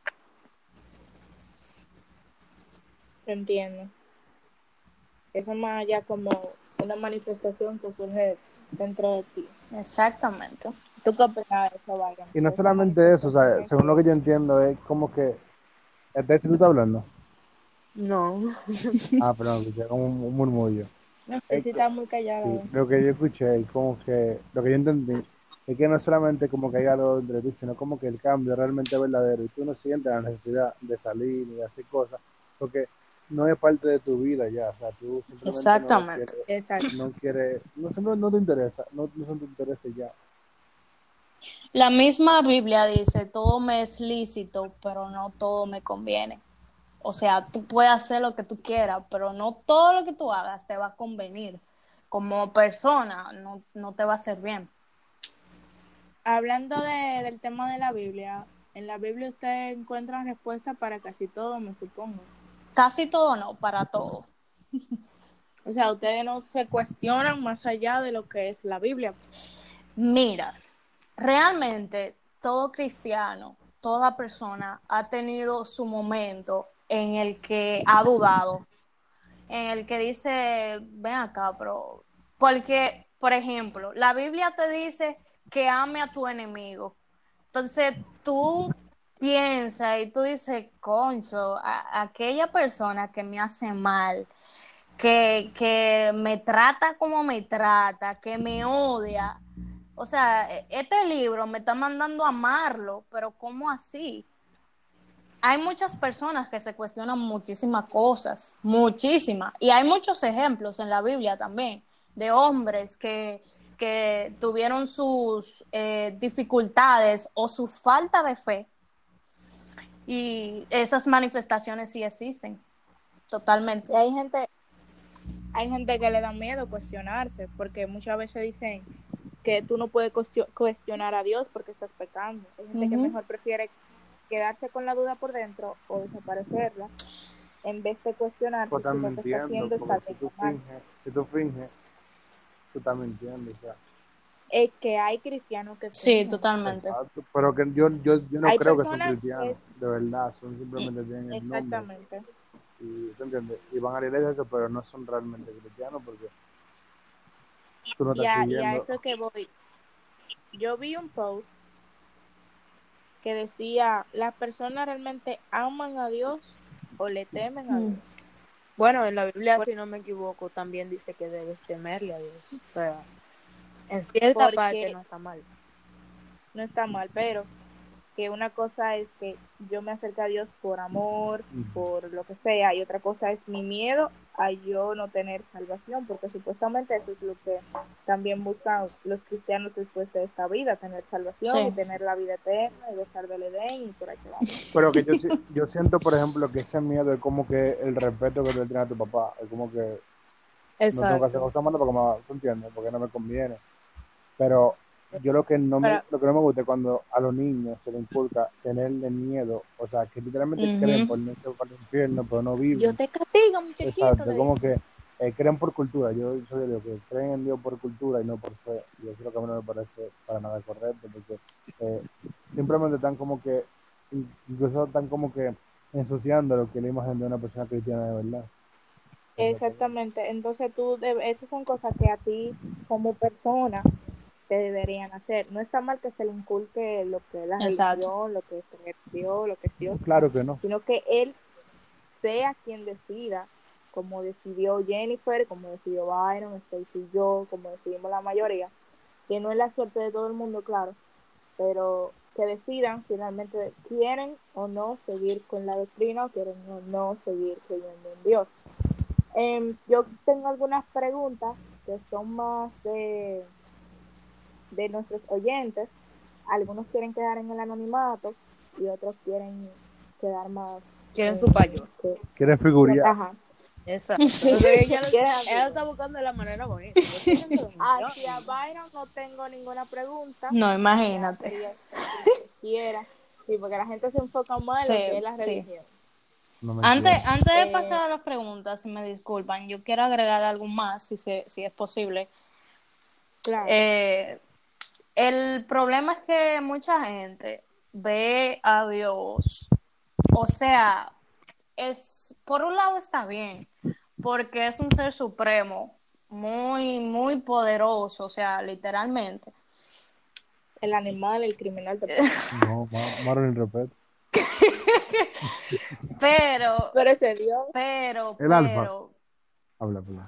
Entiendo. Eso es más ya como una manifestación que surge dentro de ti. Exactamente. ¿Tú qué opinas de eso, Byron? Y no solamente eso, o sea, según lo que yo entiendo, es como que... ¿Este si tú estás hablando? No. Ah, pero escuché como un murmullo. No sé si está muy callada. Sí, lo que yo escuché, como que... Lo que yo entendí, es que no solamente como que hay algo entre ti, sino como que el cambio realmente es verdadero y tú no sientes la necesidad de salir ni de hacer cosas, porque no es parte de tu vida ya, o sea, tú simplemente Exactamente. no quieres, no quieres, no, no, no te interesa, no, no son tus intereses ya. La misma Biblia dice, todo me es lícito, pero no todo me conviene. O sea, tú puedes hacer lo que tú quieras, pero no todo lo que tú hagas te va a convenir. Como persona, no, no te va a hacer bien. Hablando de, del tema de la Biblia, en la Biblia usted encuentra respuestas para casi todo, me supongo. Casi todo no, para todo. O sea, ustedes no se cuestionan más allá de lo que es la Biblia. Mira, realmente todo cristiano, toda persona ha tenido su momento en el que ha dudado, en el que dice, ven acá, pero... Porque, por ejemplo, la Biblia te dice que ame a tu enemigo. Entonces, tú piensas y tú dices, concho, a, a aquella persona que me hace mal, que, que me trata como me trata, que me odia. O sea, este libro me está mandando a amarlo, pero ¿cómo así? Hay muchas personas que se cuestionan muchísimas cosas, muchísimas. Y hay muchos ejemplos en la Biblia también de hombres que, que tuvieron sus eh, dificultades o su falta de fe. Y esas manifestaciones sí existen, totalmente. Y hay gente, hay gente que le da miedo cuestionarse, porque muchas veces dicen que tú no puedes cuestionar a Dios porque estás pecando. Hay gente uh-huh. que mejor prefiere quedarse con la duda por dentro o desaparecerla en vez de cuestionarse pues si lo que está haciendo está si tú, mal. finges, si tú finges, tú estás mintiendo. O sea. es que hay cristianos que Sí, fingen. totalmente. Exacto, pero que yo, yo, yo no Hay creo que son personas cristianos, que de verdad, son simplemente tienen el nombre exactamente. y, ¿te entiendes? Y van a la iglesia eso, pero no son realmente cristianos porque tú no Y estás a, y a siguiendo. eso que voy. Yo vi un post que decía, ¿las personas realmente aman a Dios o le temen a Mm. Dios? Bueno, en la Biblia, Por- si no me equivoco, también dice que debes temerle a Dios. O sea, en cierta parte Porque no está mal. no está mal, pero que una cosa es que yo me acerque a Dios por amor, por lo que sea, y otra cosa es mi miedo a yo no tener salvación, porque supuestamente eso es lo que también buscan los cristianos después de esta vida, tener salvación Sí. y tener la vida eterna y gozar del Edén y por ahí se va. Pero que yo, si- yo siento, por ejemplo, que ese miedo es como que el respeto que tú le tienes a tu papá, es como que no tengo que hacer Exacto. cosas malas porque me, ¿tú entiendes? Porque no me conviene. Pero yo lo que no me, Pero, lo que no me gusta es cuando a los niños se les inculca tenerle miedo, o sea, que literalmente creen por Ujú. no irse para el infierno, pero no Dios viven. te castiga, muchachito, Exacto, le como dicen. que eh, creen por cultura. Yo soy de los que creen en Dios por cultura y no por fe. Y eso es lo que a mí no me parece para nada correcto, porque eh, simplemente están como que, incluso están como que ensuciando lo que es la imagen de una persona cristiana de verdad. Exactamente, entonces tú, deb- esas son cosas que a ti como persona te deberían hacer. No está mal que se le inculque lo que es la Exacto. religión, lo que es creer en Dios, lo que es Dios, no, Claro que no. sino que él sea quien decida, como decidió Jennifer, como decidió Byron, Stacy y yo, como decidimos la mayoría, que no es la suerte de todo el mundo, claro, pero que decidan si realmente quieren o no seguir con la doctrina o quieren o no seguir creyendo en Dios. Eh, yo tengo algunas preguntas que son más de, de nuestros oyentes. Algunos quieren quedar en el anonimato y otros quieren quedar más Quieren su en payo. que, ¿Quieres figurar? ajá. Exacto. Entonces ella, lo- Quieren ella algo. está buscando la manera bonita. Yo estoy dentro de un Hacia millón. Byron no tengo ninguna pregunta. No, Ya imagínate. sería el que quiera. Sí, porque la gente se enfoca más en lo que es Sí, la sí. religión. No me Antes, entiendo. antes de Eh, pasar a las preguntas, si me disculpan, yo quiero agregar algo más, si, se, si es posible. claro. Eh, el problema es que mucha gente ve a Dios, o sea, es, por un lado está bien, porque es un ser supremo, muy, muy poderoso, o sea, literalmente. El animal, el criminal de por medio. No, ma- Marlon, respeto. Pero, Pero ese Dios pero, El alfa. pero, Habla, habla.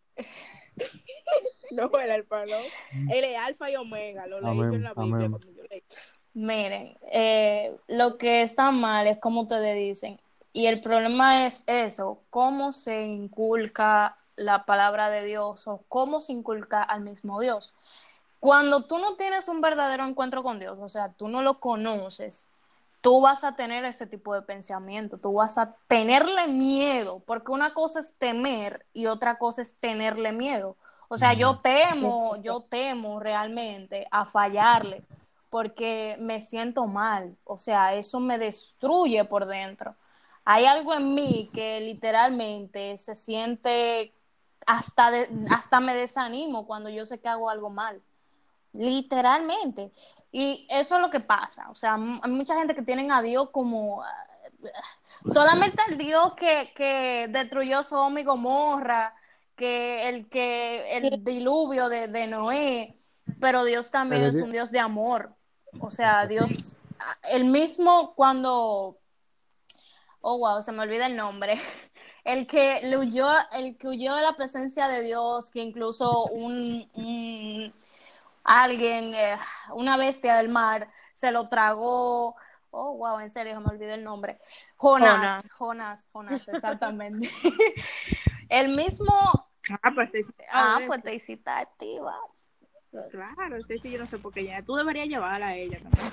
no fue el alfa, ¿no? Él es alfa y omega, lo leí yo en Amén, la Biblia amén. cuando yo leí. miren, eh, lo que está mal es como ustedes dicen, y el problema es eso, cómo se inculca la palabra de Dios o cómo se inculca al mismo Dios. Cuando tú no tienes un verdadero encuentro con Dios, o sea, tú no lo conoces, tú vas a tener ese tipo de pensamiento, tú vas a tenerle miedo, porque una cosa es temer y otra cosa es tenerle miedo. O sea, yo temo, Exacto. yo temo realmente a fallarle, porque me siento mal, o sea, eso me destruye por dentro. Hay algo en mí que literalmente se siente, hasta, de, hasta me desanimo cuando yo sé que hago algo mal, literalmente. Y eso es lo que pasa, o sea, hay mucha gente que tienen a Dios como solamente el Dios que, que destruyó Sodoma y Gomorra, que el, que el diluvio de, de Noé, pero Dios también El es día- un Dios de amor. O sea, Exacto. Dios, el mismo cuando, oh wow, se me olvida el nombre, el que le huyó, el que huyó de la presencia de Dios, que incluso un, un alguien, eh, una bestia del mar, se lo tragó. Oh, wow, en serio, me olvidé el nombre. Jonás. Jonás, Jonás, Jonás, exactamente. El mismo. Ah, pues te Ah, de pues eso. te hiciste activa. Claro, este sí yo no sé por qué ya. Tú deberías llevarla a ella también.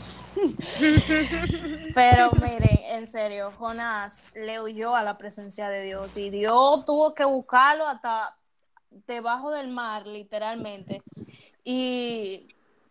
Pero miren, en serio, Jonás le huyó a la presencia de Dios y Dios tuvo que buscarlo hasta debajo del mar, literalmente. Y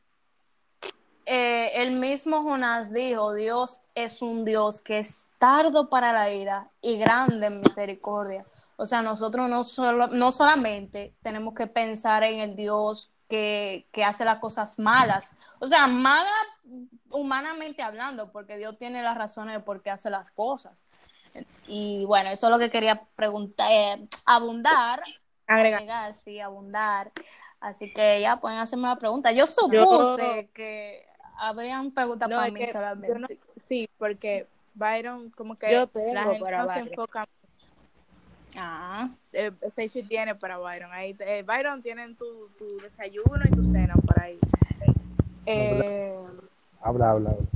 eh, el mismo Jonás dijo, Dios es un Dios que es tardo para la ira y grande en misericordia. O sea, nosotros no, solo, no solamente tenemos que pensar en el Dios que, que hace las cosas malas. O sea, mala humanamente hablando, porque Dios tiene las razones de por qué hace las cosas. Y bueno, eso es lo que quería preguntar, eh, abundar, Agregar. agregar, sí, abundar. Así que ya pueden hacerme la pregunta. Yo Yo, supuse que habrían preguntas no, para es mí que yo no, solamente. sí, porque Byron, como que Yo la tengo gente para no se Byron. enfoca. Ah, Eh, Stacy tiene para Byron. Ahí, eh, Byron, tienen tu, tu desayuno y tu cena por ahí. Eh, Habla, habla. habla.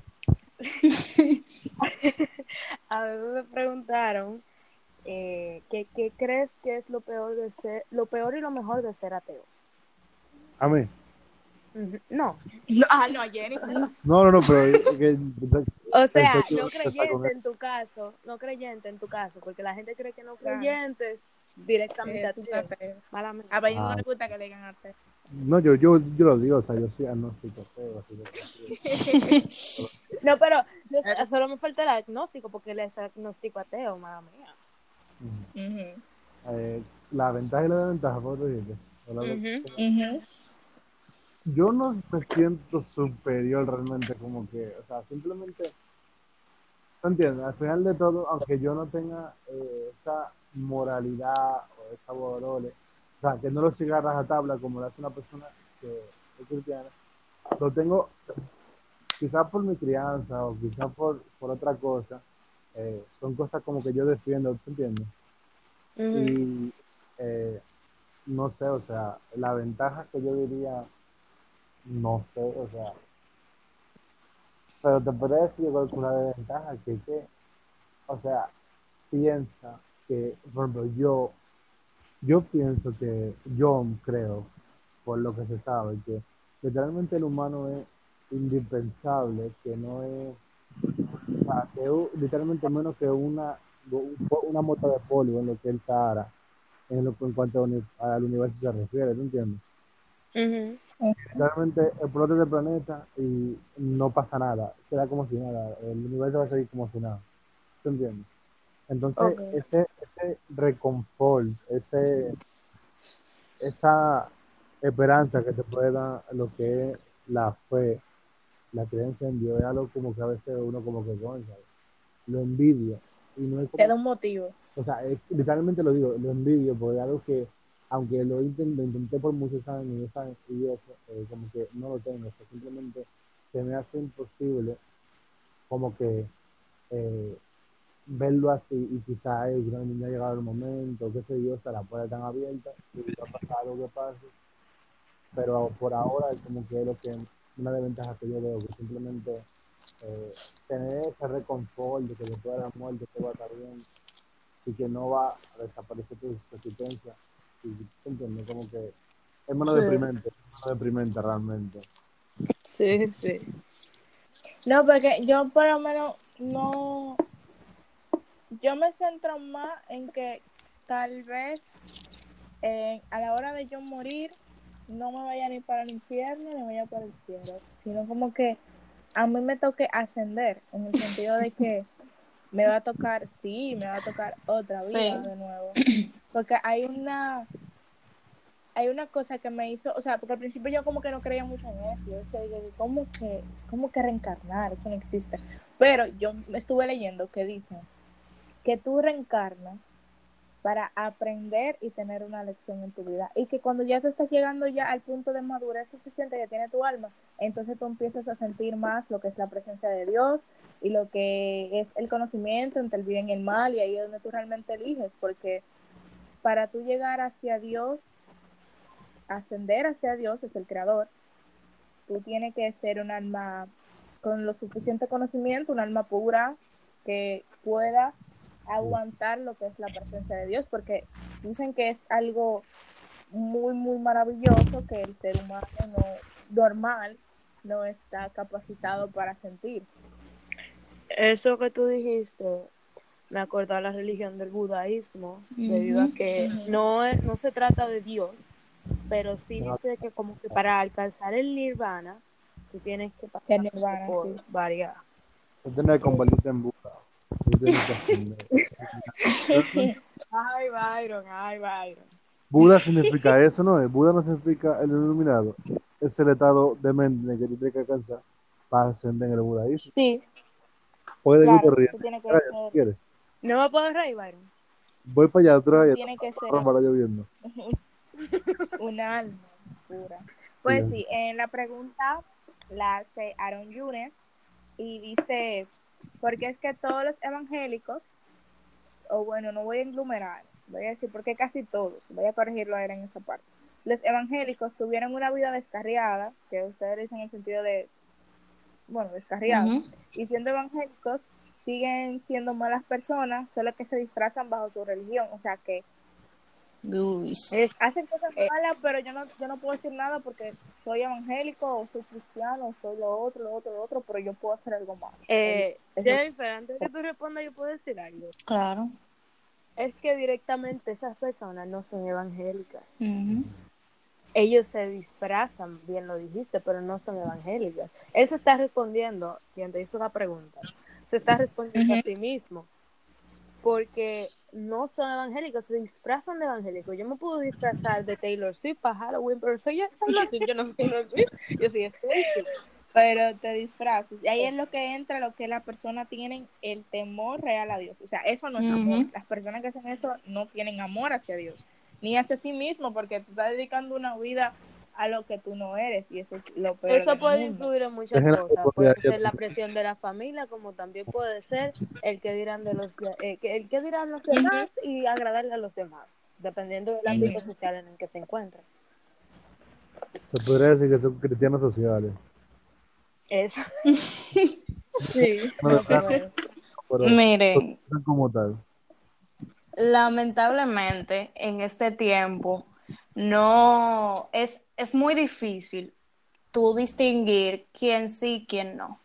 a mí me preguntaron eh, ¿qué, qué crees que es lo peor de ser, lo peor y lo mejor de ser ateo? A mí. Ujú. No, No, ah, no, Jennifer. No, no, no, pero es que o sea, pensé que iba no a empezar con creyente eso. en tu caso, no creyente en tu caso, porque la gente cree que no Claro. creyentes directamente Es un ateo. ateo. Mala mía. A Byron no Ah, le gusta que le digan ateo. no, yo, yo, yo lo digo, o sea, yo soy agnóstico, ateo, así que No, pero yo, Eres- solo me falta el agnóstico, porque él es agnóstico ateo, mala mía. Ujú. Ujú, Eh, la ventaja y la desventaja, ¿cómo te dices? O la do- Ujú. como- ujú. Yo no me siento superior realmente, como que, o sea, simplemente, ¿tú entiendes? Al final de todo, aunque yo no tenga eh, esa moralidad o esa valores, o sea, que no lo siga a rajatabla como lo hace una persona que es cristiana, lo tengo quizás por mi crianza o quizás por, por otra cosa, eh, son cosas como que yo defiendo, ¿tú entiendes? Ujú. Y eh, no sé, o sea, la ventaja que yo diría, no sé, o sea, pero te podría decir yo con la desventaja que, que, o sea, piensa que, por ejemplo, yo, yo pienso que, yo creo, por lo que se sabe, que literalmente el humano es indispensable, que no es, o sea, que es literalmente menos que una, una mota de polvo en lo que es el Sahara, en, lo, en cuanto a uni- al universo se refiere, ¿tú entiendes? Ujú. Realmente explota el planeta y no pasa nada, queda como si nada, el universo va a seguir como si nada, ¿tú entiendes? Entonces, Okay. ese, ese reconfort, ese, esa esperanza que te puede dar lo que es la fe, la creencia en Dios, es algo como que a veces uno como que concha, lo envidia, y no es Te como, da un motivo. o sea, es- literalmente lo digo, lo envidio, porque es algo que, aunque lo intenté, lo intenté por muchos años y eso, y eso, eh, como que no lo tengo, o sea, simplemente se me hace imposible como que eh, verlo así y quizás eh, no ha llegado el momento, qué sé yo, o sea, la puerta tan abierta y va a pasar lo que pase, pero por ahora es como que es lo que una desventaja que yo veo, que simplemente eh, tener ese reconfort de que después de la muerte todo va a estar bien y que no va a desaparecer tu existencia. Y ¿tú entiendes? Como que es menos Sí, deprimente, es menos deprimente realmente. sí, sí. No, porque yo por lo menos no, yo me centro más en que tal vez eh, a la hora de yo morir no me vaya ni para el infierno ni vaya para el cielo, sino como que a mí me toque ascender, en el sentido de que me va a tocar, sí, me va a tocar otra vida sí. de nuevo. Porque hay una, hay una cosa que me hizo, o sea, porque al principio yo como que no creía mucho en eso. Yo decía, ¿cómo que, cómo que reencarnar? Eso no existe. Pero yo me estuve leyendo que dicen que tú reencarnas para aprender y tener una lección en tu vida. Y que cuando ya te estás llegando ya al punto de madurez suficiente que tiene tu alma, entonces tú empiezas a sentir más lo que es la presencia de Dios y lo que es el conocimiento entre el bien y el mal, y ahí es donde tú realmente eliges, porque para tú llegar hacia Dios, ascender hacia Dios, es el creador, tú tienes que ser un alma con lo suficiente conocimiento, un alma pura que pueda aguantar lo que es la presencia de Dios, porque dicen que es algo muy, muy maravilloso que el ser humano no, normal no está capacitado para sentir. Eso que tú dijiste me acordó a la religión del budaísmo, debido a Ujú. que Uh-huh. no, es, no se trata de Dios, pero sí No, dice que como que para alcanzar el nirvana, tú tienes que Que pasar nirvana, por sí. varias. tú tienes que eh, convertirte en Buda, tú tienes que ascender. Realmente, Ay, Byron, ay, Byron. Buda significa eso, ¿no es? Buda no significa el iluminado. Es el estado de mente en el que tú tienes que alcanzar para ascender en el budaísmo. Sí, Puede que te claro, rías. tú tienes que Mira, si ser, quieres. No me puedo reír, Byron. Voy para allá otra tú vez. tienes que ser Para lloviendo. una alma pura. Sí, Pues sí, en la pregunta la hace Aaron Yunes y dice, porque es que todos los evangélicos, o bueno, no voy a englomerar, voy a decir porque casi todos, voy a corregirlo ahora en esa parte. Los evangélicos tuvieron una vida descarriada, que ustedes dicen en el sentido de, bueno, descarriada, Ujú. y siendo evangélicos siguen siendo malas personas, solo que se disfrazan bajo su religión, o sea que Uy. Es, hacen cosas malas, pero yo no, yo no puedo decir nada porque soy evangélico o soy cristiano o soy lo otro, lo otro, lo otro, pero yo puedo hacer algo malo. eh, Eso es- Jennifer, antes de que tú respondas, yo puedo decir algo. Claro. Es que directamente esas personas no son evangélicas. Ujú. Ellos se disfrazan, bien lo dijiste, pero no son evangélicas. Él se está respondiendo, quien te hizo la pregunta, se está respondiendo a Ujú. sí mismo, porque no son evangélicos, se disfrazan de evangélicos. Yo me puedo disfrazar de Taylor Swift para Halloween, pero soy yo Taylor Swift, yo no soy Taylor Swift, yo soy Stacy. Pero te disfrazas. Y ahí es Eso. lo que entra, lo que la persona tiene el temor real a Dios. O sea, eso no es Ujú. amor. Las personas que hacen eso no tienen amor hacia Dios, ni hacia sí mismo, porque tú estás dedicando una vida a lo que tú no eres y eso es lo peor Eso del puede mundo. influir en muchas Déjenla cosas. por Puede allá. ser la presión de la familia, como también puede ser el que dirán de los de- eh, que- el que dirán los Ujú. demás y agradarle a los demás, dependiendo del ámbito Ujú. social en el que se encuentre. Se podría decir que son cristianos sociales. Eso, Sí. No de más o verdad, menos. pero Miren, son como tal. lamentablemente en este tiempo no es, es muy difícil tú distinguir quién sí y quién no.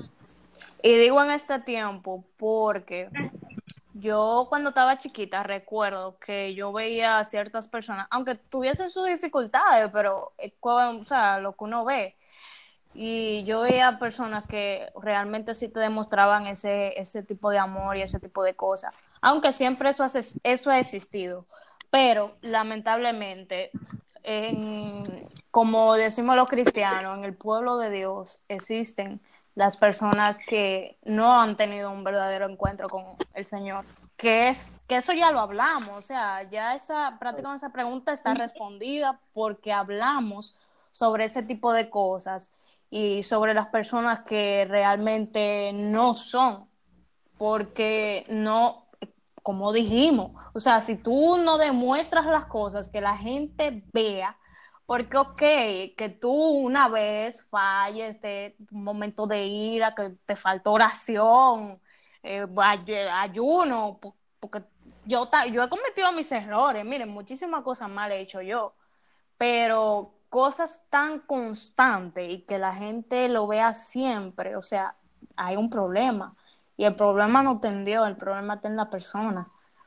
Y digo en este tiempo porque yo cuando estaba chiquita recuerdo que yo veía a ciertas personas, aunque tuviesen sus dificultades, pero es cu- o sea, lo que uno ve. Y yo veía personas que realmente sí te demostraban ese, ese tipo de amor y ese tipo de cosas. Aunque siempre eso, hace- eso ha existido. Pero lamentablemente, en- como decimos los cristianos, en el pueblo de Dios existen las personas que no han tenido un verdadero encuentro con el Señor. Que es, que eso ya lo hablamos, o sea, ya esa prácticamente esa pregunta está respondida porque hablamos sobre ese tipo de cosas y sobre las personas que realmente no son, porque no, como dijimos, o sea, si tú no demuestras las cosas que la gente vea, porque ok, que tú una vez falles de un momento de ira, que te faltó oración, eh, ay- ayuno, po- porque yo, ta- yo he cometido mis errores, miren, muchísimas cosas mal he hecho yo, pero cosas tan constantes y que la gente lo vea siempre, o sea, hay un problema. Y el problema no está en Dios, el problema está en la persona.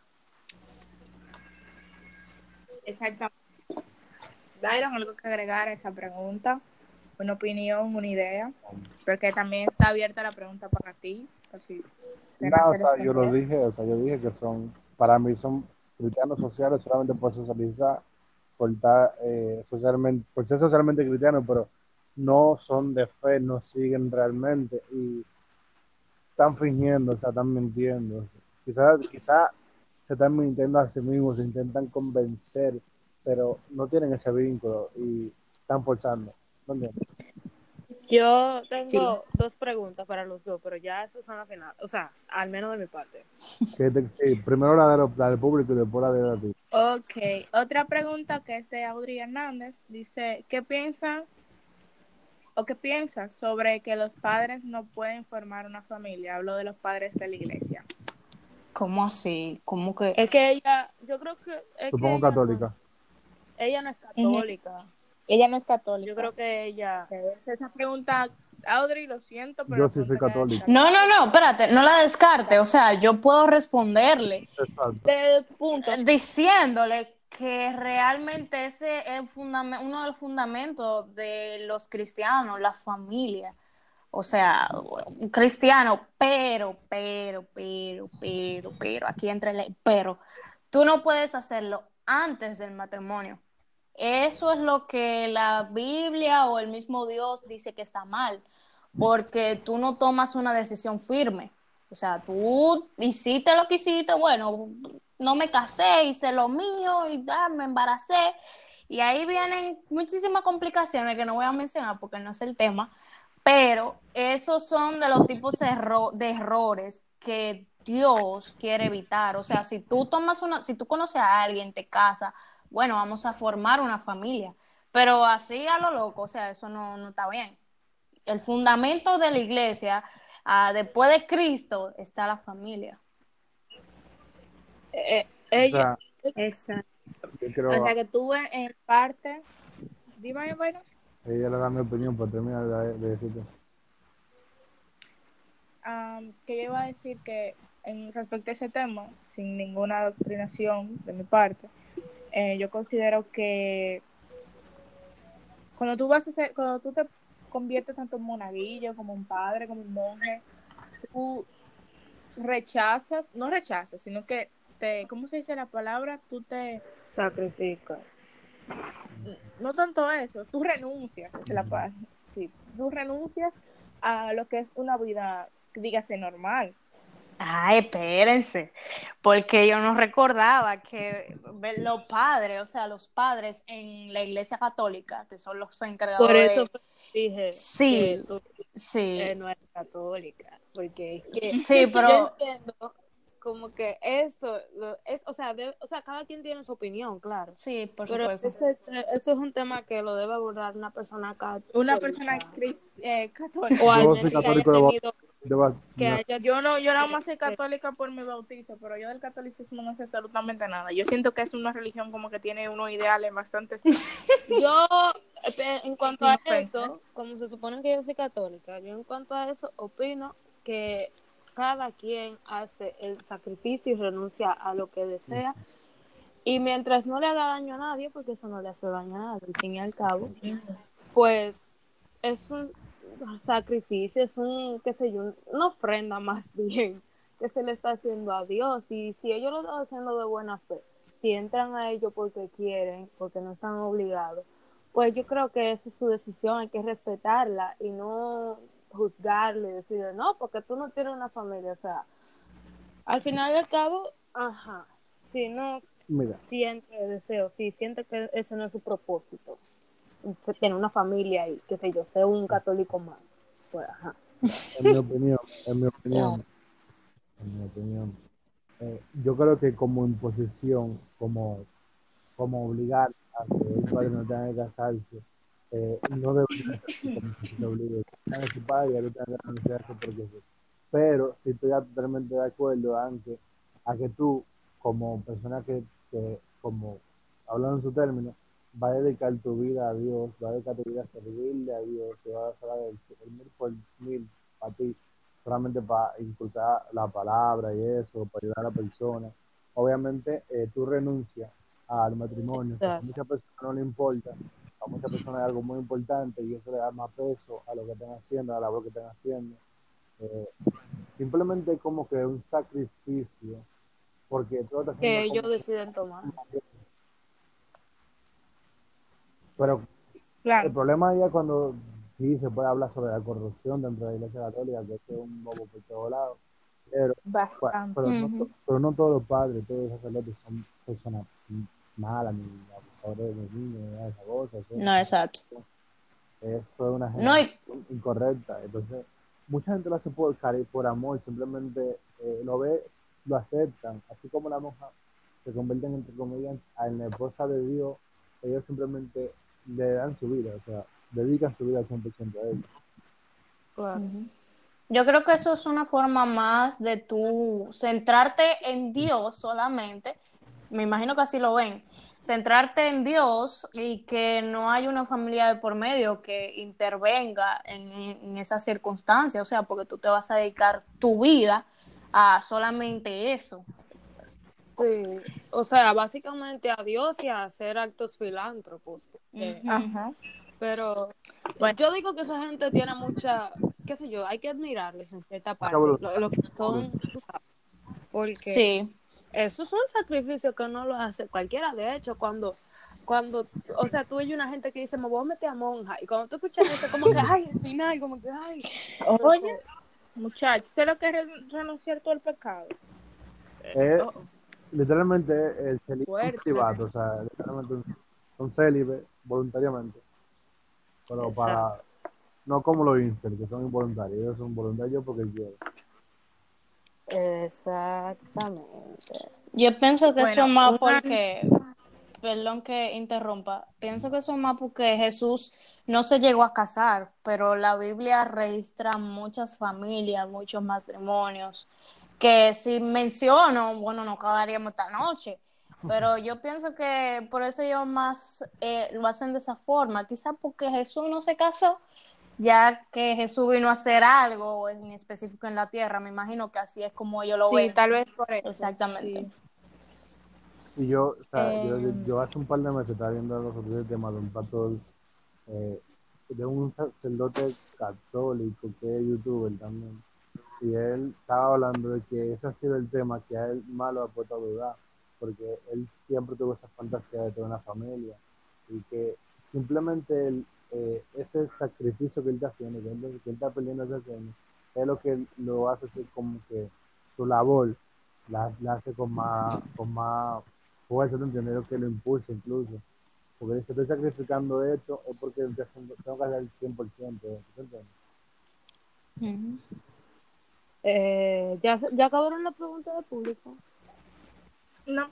Exactamente. Dairon, algo que agregar a esa pregunta, una opinión, una idea, porque también está abierta la pregunta para ti, por si te No, o nace sea, yo lo responder. dije, o sea, yo dije que son, para mí son cristianos sociales solamente por socializar, por estar eh, socialmente, por ser socialmente cristianos, pero no son de fe, no siguen realmente y están fingiendo, o sea, están mintiendo. O sea, quizás quizá se están mintiendo a sí mismos, se intentan convencer, pero no tienen ese vínculo y están forzando. ¿No entiendes? Yo Sí. tengo dos preguntas para los dos, pero ya esas son las finales, o sea, al menos de mi parte. Que te- que primero la, de lo- la del público y después la de ti. Ok, otra pregunta que es de Audrey Hernández, dice, ¿qué piensan o qué piensas sobre que los padres no pueden formar una familia? Hablo de los padres de la iglesia. ¿Cómo así? ¿Cómo que? Es que ella, yo creo que es que Supongo ella no es, católica. ella no es Ujú. católica. Ella no es Yo católica. creo que ella, Esa pregunta, Audrey, lo siento, pero Yo la sí soy pregunta queda católico. No, no, descartada. no, espérate, no la descarte. O sea, yo puedo responderle Exacto. De punto. diciéndole que realmente ese es el fundamento, uno de los fundamentos de los cristianos, la familia. O sea, un cristiano, pero, pero, pero, pero, pero, aquí entra el pero. Tú no puedes hacerlo antes del matrimonio. Eso es lo que la Biblia o el mismo Dios dice que está mal, porque tú no tomas una decisión firme. O sea, tú hiciste lo que hiciste, bueno, no me casé, hice lo mío y ya me embaracé. Y ahí vienen muchísimas complicaciones que no voy a mencionar porque no es el tema, pero esos son de los tipos de, erro de errores que Dios quiere evitar. O sea, si tú tomas una, si tú conoces a alguien, te casas, bueno, vamos a formar una familia, pero así a lo loco, o sea, eso no, no está bien. El fundamento de la iglesia, uh, después de Cristo, está la familia. Eh, O ella, sea, exacto. yo O quiero, sea que tú en parte, dime, bueno, ella le da mi opinión para terminar de, de decirte. um, que yo iba a decir que en respecto a ese tema, sin ninguna adoctrinación de mi parte, eh, yo considero que cuando tú vas a ser, cuando tú te conviertes tanto en monaguillo, como un padre, como un monje, tú rechazas, no rechazas, sino que te, ¿cómo se dice la palabra? Tú te Sacrificas. no tanto eso, tú renuncias, esa es la palabra, sí, tú renuncias a lo que es una vida, dígase, normal. Ay, espérense, porque yo no recordaba que los padres, o sea, los padres en la iglesia católica, que son los Por encargados eso de... dije que Sí, tú sí, eh, no eres católica, porque es que sí, yo pero... entiendo como que eso, lo- es, o sea, de- o sea, cada quien tiene su opinión, claro, Sí, por pero supuesto. ese, eso es un tema que lo debe abordar una persona Una persona católica, crist, eh, o católica. al Yo soy menos que haya católico de, ba- tenido, de ba- que no, haya Yo no, yo nada más soy católica por mi bautizo, pero yo del catolicismo no sé absolutamente nada. Yo siento que es una religión como que tiene unos ideales bastante extraños. yo, eh, en cuanto Sin a ofensa, ¿eh? eso, como se supone que yo soy católica, yo en cuanto a eso opino que cada quien hace el sacrificio y renuncia a lo que desea, y mientras no le haga daño a nadie, porque eso no le hace daño a nadie, al fin y al cabo, pues es un sacrificio, es un, qué sé yo, una ofrenda más bien que se le está haciendo a Dios. Y si ellos lo están haciendo de buena fe, si entran a ello porque quieren, porque no están obligados, pues yo creo que esa es su decisión, hay que respetarla y no juzgarle y decirle, no, porque tú no tienes una familia. O sea, al final y al cabo, ajá, si no mira, siente deseo, si siente que ese no es su propósito, se tiene una familia y qué sé yo, sea un católico más, pues ajá. en mi opinión, en mi Claro. opinión, en mi opinión, eh, yo creo que como imposición, como, como obligar a que un padre no tenga que casarse, eh, no debería ser así como que se te obligue. A su padre ya no tenga que renunciarse porque sí. Pero si estoy totalmente de acuerdo a que, a que tú, como persona que, que, como hablando en su término, va a dedicar tu vida a Dios, va a dedicar tu vida a servirle a Dios, te va a hacer el, el mil por mil para ti, solamente para inculcar la palabra y eso, para ayudar a la persona. Obviamente, eh, tú renuncias al matrimonio, que a Exacto. muchas personas no le importa, a muchas personas es algo muy importante y eso le da más peso a lo que están haciendo, a la labor que están haciendo. Eh, Simplemente como que un sacrificio, porque tú lo estás haciendo Que como... ellos deciden tomar. Pero el Claro, problema ya cuando sí se puede hablar sobre la corrupción dentro de la Iglesia Católica, que es un bobo por todos lados, pero, bueno, bastante. pero, no, Uh-huh. pero no todos los padres, todos los sacerdotes son personas malas, ni abusadores de niños, ni nada de esas cosas. Eso, No, exacto. eso es una No, y generación incorrecta. Entonces, mucha gente lo hace por cari por amor, simplemente eh, lo ve, lo aceptan, así como la monja se convierten entre comillas en la esposa de Dios, ellos simplemente le dan su vida, o sea, dedican su vida al cien por ciento a él. Claro. uh-huh. Yo creo que eso es una forma más de tú centrarte en Dios solamente. Me imagino que así lo ven. Centrarte en Dios y que no hay una familia de por medio que intervenga en, en esas circunstancias. O sea, porque tú te vas a dedicar tu vida a solamente eso. Sí, o sea, básicamente a Dios y a hacer actos filántropos. Porque, Uh-huh. Ajá. pero Bueno, yo digo que esa gente tiene mucha, qué sé yo, hay que admirarles en cierta parte, Mucha lo, lo que voluntad. son, tú sabes, porque Sí. Eso es un sacrificio que no lo hace cualquiera. De hecho, cuando, cuando, o sea, tú oyes una gente que dice, me voy a meter a monja, y cuando tú escuchas eso, como que, ay, al final, como que, ay. Oye, Entonces, muchachos, ¿usted lo que es re- renunciar todo el pecado? Es oh, literalmente el celibato Fuerte. privado, o sea, literalmente un, un célibe voluntariamente, pero exacto. para, no como los inter, que son involuntarios, ellos son voluntarios porque quieren. Exactamente. Yo pienso que eso Bueno, es más una, porque, perdón que interrumpa, pienso que eso es más porque Jesús no se llegó a casar, pero la Biblia registra muchas familias, muchos matrimonios, que si menciono, bueno, no acabaríamos esta noche, pero yo pienso que por eso ellos más eh, lo hacen de esa forma, quizás porque Jesús no se casó, ya que Jesús vino a hacer algo en específico en la tierra, me imagino que así es como ellos lo sí, ven. tal vez por eso, Exactamente. sí. Y yo, o sea, yo, yo, Eh, yo hace un par de meses estaba viendo los otros días temas de un pastor, eh, de un sacerdote católico que es youtuber también. Y él estaba hablando de que ese ha sido el tema que a él más lo ha puesto a dudar, porque él siempre tuvo esa fantasía de tener una familia y que simplemente él, eh, ese sacrificio que él está haciendo, que él, que él está perdiendo ese sueño, es lo que lo hace ser como que su labor la, la hace con más, con más fuerza, ¿te entiendes? Lo que lo impulsa incluso. Porque si estoy sacrificando esto es porque estoy haciendo- tengo que hacer el cien por ciento, ¿te entiendes? Ujú. Eh, ¿ya, ¿Ya acabaron la pregunta del público? no,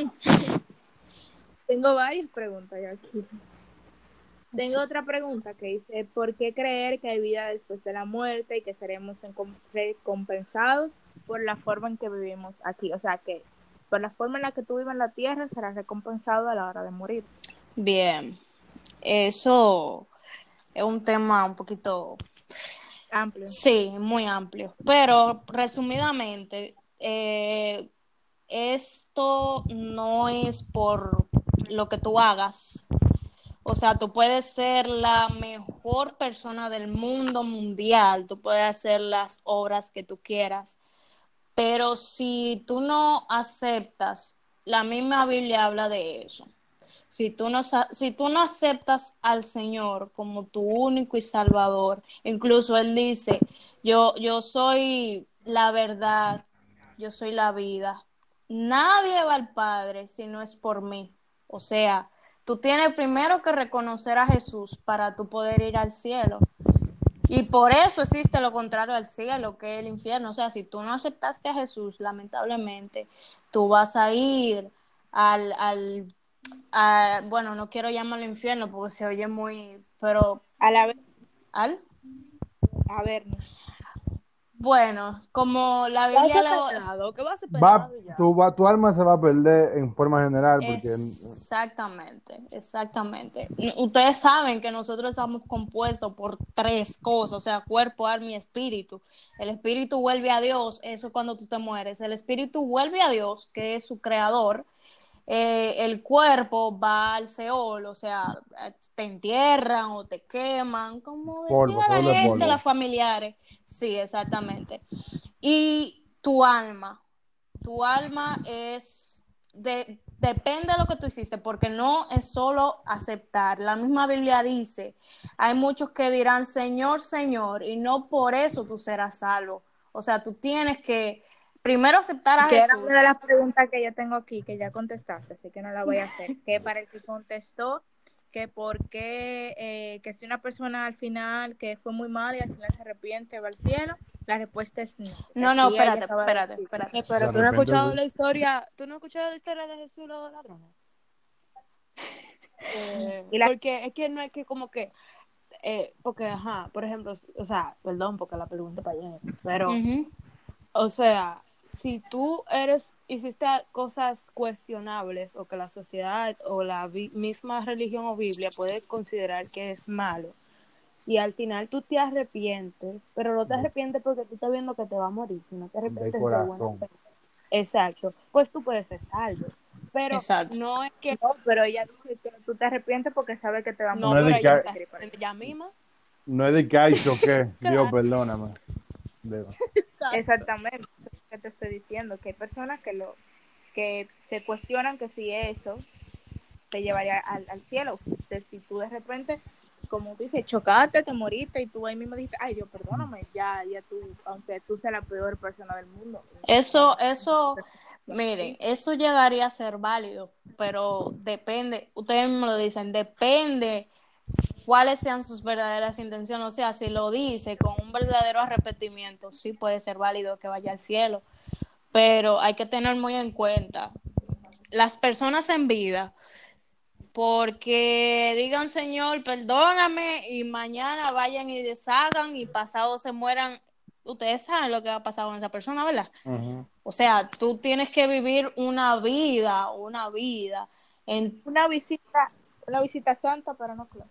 tengo varias preguntas ya aquí. Tengo otra pregunta que dice, ¿por qué creer que hay vida después de la muerte y que seremos encom- recompensados por la forma en que vivimos aquí? O sea, que por la forma en la que tú vives en la tierra serás recompensado a la hora de morir. Bien, eso es un tema un poquito, Amplio. sí, muy amplio, pero resumidamente, eh, esto no es por lo que tú hagas. O sea, tú puedes ser la mejor persona del mundo mundial, tú puedes hacer las obras que tú quieras, pero si tú no aceptas, la misma Biblia habla de eso. Si tú no, si tú no aceptas al Señor como tu único y salvador, incluso Él dice, yo, yo soy la verdad, yo soy la vida. Nadie va al Padre si no es por mí. O sea, tú tienes primero que reconocer a Jesús para tú poder ir al cielo. Y por eso existe lo contrario al cielo, que es el infierno. O sea, si tú no aceptaste a Jesús, lamentablemente, tú vas a ir al, al a, bueno, no quiero llamarlo infierno porque se oye muy, pero, A la vez, ¿al? a ver, Bueno, como la Va a Biblia ser lo... penado, que va a ser Va, penado y ya. tu, va, tu alma se va a perder en forma general porque Exactamente, exactamente. Ustedes saben que nosotros estamos compuestos por tres cosas, o sea, cuerpo, alma y espíritu. El espíritu vuelve a Dios, eso es cuando tú te mueres. El espíritu vuelve a Dios, que es su creador. Eh, el cuerpo va al Seol, o sea, te entierran o te queman, como decía polvo, se la vuelve gente, polvo. las familiares. Sí, exactamente. Y tu alma, tu alma es, de, depende de lo que tú hiciste, porque no es solo aceptar. La misma Biblia dice, hay muchos que dirán, Señor, Señor, y no por eso tú serás salvo. O sea, tú tienes que primero aceptar a que era una de Jesús. las preguntas que yo tengo aquí, que ya contestaste, así que no la voy a hacer. Que para el que contestó, que por qué, eh, que si una persona al final que fue muy mal y al final se arrepiente va al cielo, la respuesta es no. No, no, Aquí ella espérate, acaba de espérate, decir. Eh, espérate. De pero tú no has repente escuchado sí. la historia, tú no has escuchado la historia de Jesús y los ladrones. Eh, Y la, porque es que no es que como que, eh, porque, ajá, por ejemplo, o sea, perdón porque la pregunta para allá, pero, Uh-huh. o sea, si tú eres, hiciste cosas cuestionables o que la sociedad o la vi- misma religión o Biblia puede considerar que es malo, y al final tú te arrepientes, pero no te De, arrepientes porque tú estás viendo que te va a morir, sino te de arrepientes de buena corazón. fe. Exacto, pues tú puedes ser salvo, pero Exacto. no es que, no, pero ella dice que tú te arrepientes porque sabes que te va a no, No es morir. pero de ella Eso que, se quiere parecer. arrepiente ella misma. no es de que hay choque. Dios, Claro, perdóname. Digo, exacto. Exactamente, eso es lo que te estoy diciendo, que hay personas que lo, que se cuestionan que si eso te llevaría al, al cielo, de si tú de repente, como tú dices, chocaste, te moriste y tú ahí mismo dijiste, ay Dios, perdóname, ya, ya tú, aunque tú seas la peor persona del mundo. Eso, eso, miren, eso llegaría a ser válido, pero depende, ustedes me lo dicen, depende cuáles sean sus verdaderas intenciones. O sea, si lo dice con un verdadero arrepentimiento, sí puede ser válido que vaya al cielo, pero hay que tener muy en cuenta las personas en vida, porque digan, Señor, perdóname, y mañana vayan y deshagan y pasado se mueran. Ustedes saben lo que va a pasar con esa persona, ¿verdad? Ujú. O sea, tú tienes que vivir una vida, una vida. En... Una visita, una visita santa, pero no claro.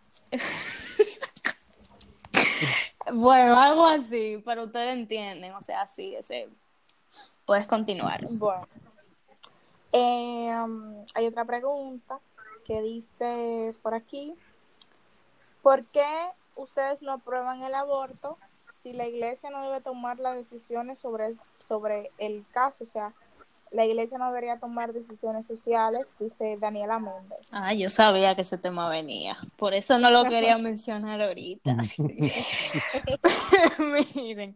Bueno, algo así, pero ustedes entienden, o sea, sí, ese... puedes continuar. Bueno, eh, um, hay otra pregunta que dice por aquí, ¿por qué ustedes no aprueban el aborto si la iglesia no debe tomar las decisiones sobre, sobre el caso? O sea, la iglesia no debería tomar decisiones sociales, dice Daniela Méndez. Ah, yo sabía que ese tema venía, por eso no lo quería mencionar ahorita. Miren,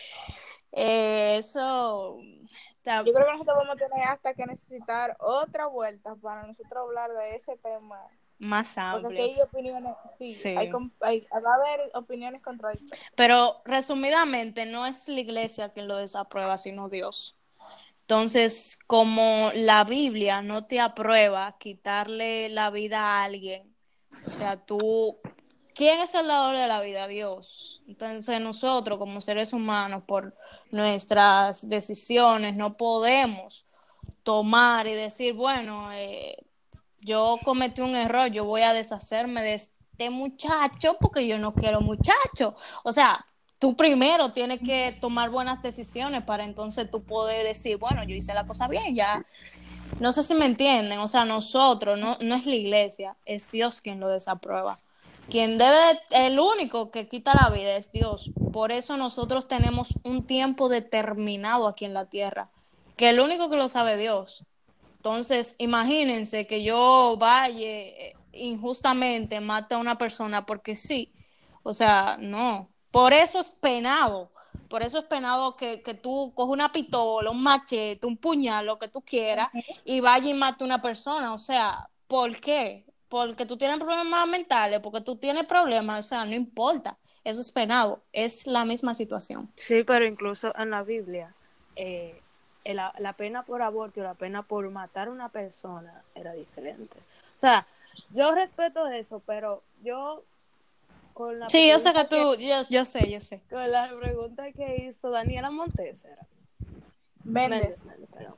eh, eso... Yo creo que nosotros vamos a tener hasta que necesitar otra vuelta para nosotros hablar de ese tema. Más Porque aquí amplio. hay opiniones, sí, Sí. hay, hay, va a haber opiniones contradictorias. Pero resumidamente, no es la iglesia quien lo desaprueba, sino Dios. Entonces, como la Biblia no te aprueba quitarle la vida a alguien, o sea, tú, ¿quién es el dador de la vida? Dios. Entonces, nosotros como seres humanos, por nuestras decisiones, no podemos tomar y decir, bueno, eh, yo cometí un error, yo voy a deshacerme de este muchacho porque yo no quiero muchacho. O sea, tú primero tienes que tomar buenas decisiones para entonces tú poder decir, bueno, yo hice la cosa bien, ya. No sé si me entienden, o sea, nosotros, no, no es la iglesia, es Dios quien lo desaprueba. Quien debe, el único que quita la vida es Dios. Por eso nosotros tenemos un tiempo determinado aquí en la tierra, que el único que lo sabe Dios. Entonces, imagínense que yo vaya eh, injustamente mate a una persona porque sí. O sea, no. Por eso es penado. Por eso es penado que, que tú coges una pistola, un machete, un puñal, lo que tú quieras, y vaya y mate a una persona. O sea, ¿por qué? Porque tú tienes problemas mentales, porque tú tienes problemas, o sea, no importa. Eso es penado. Es la misma situación. Sí, pero incluso en la Biblia, eh, la, la pena por aborto y la pena por matar a una persona era diferente. O sea, yo respeto eso, pero yo con la Sí, yo sé que pregunta que, tú, yo, yo sé, yo sé. con la pregunta que hizo Daniela Montes, era Méndez. Méndez, Méndez, perdón.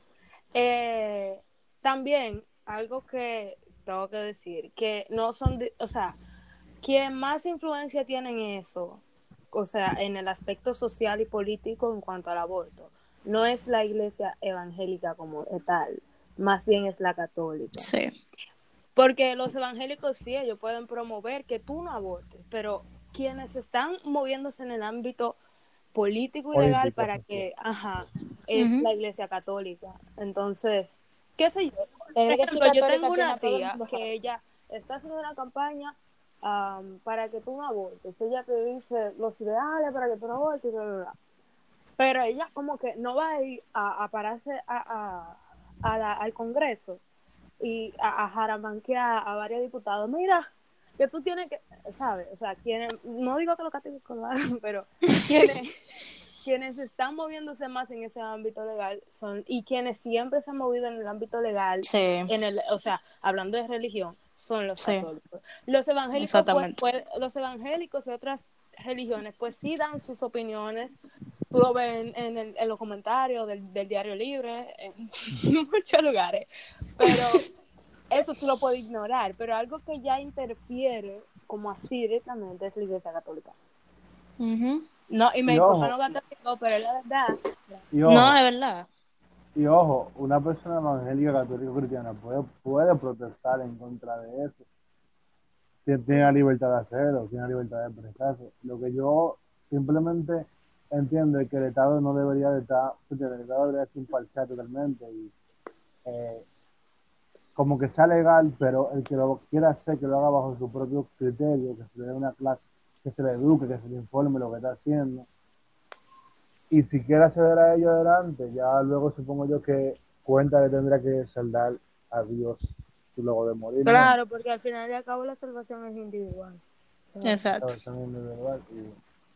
Eh, también algo que tengo que decir, que no son, de, o sea, quien más influencia tiene en eso, o sea, en el aspecto social y político en cuanto al aborto, no es la iglesia evangélica como tal, más bien es la católica. Sí. Porque los evangélicos sí, ellos pueden promover que tú no abortes, pero quienes están moviéndose en el ámbito político y legal Político, para social. que, ajá, es Uh-huh. la iglesia católica. Entonces, qué sé yo. Por La iglesia ejemplo, yo católica tengo tiene una a todo el tía mundo. que ella está haciendo una campaña um, para que tú no abortes. Ella te dice los ideales para que tú no abortes y bla, bla, bla. Pero ella como que no va a ir a, a pararse a, a, a la, al Congreso y a, a jarabanquear a varios diputados. Mira, que tú tienes que, ¿sabes? O sea, quienes, no digo que los católicos lo hagan, pero quienes, quienes están moviéndose más en ese ámbito legal son, y quienes siempre se han movido en el ámbito legal, Sí, en el, o sea, hablando de religión, son los sí, católicos. Los evangélicos, pues, exactamente. pues, los evangélicos de otras religiones, pues sí dan sus opiniones. Tú lo ves en, en, el, en los comentarios del, del Diario Libre, en muchos lugares. Pero eso tú lo puedes ignorar. Pero algo que ya interfiere, como así directamente, es la Iglesia Católica. Uh-huh. No, y me Y disculpan ojo, los católicos, pero es la verdad. y No, ojo, es verdad. y ojo, una persona evangélica católica cristiana puede, puede protestar en contra de eso. Tiene la libertad de hacerlo, tiene la libertad de expresarse. Lo que yo simplemente entiendo es que el Estado no debería de estar, el Estado debería ser imparcial totalmente y eh, como que sea legal, pero el que lo quiera hacer, que lo haga bajo su propio criterio, que se le dé una clase, que se le eduque, que se le informe lo que está haciendo. Y si quiere acceder a ello adelante, ya luego supongo yo que cuenta le tendrá que saldar a Dios luego de morir, ¿no? Claro, porque al final y al cabo la salvación es individual. Claro. Exacto. Salvación individual y-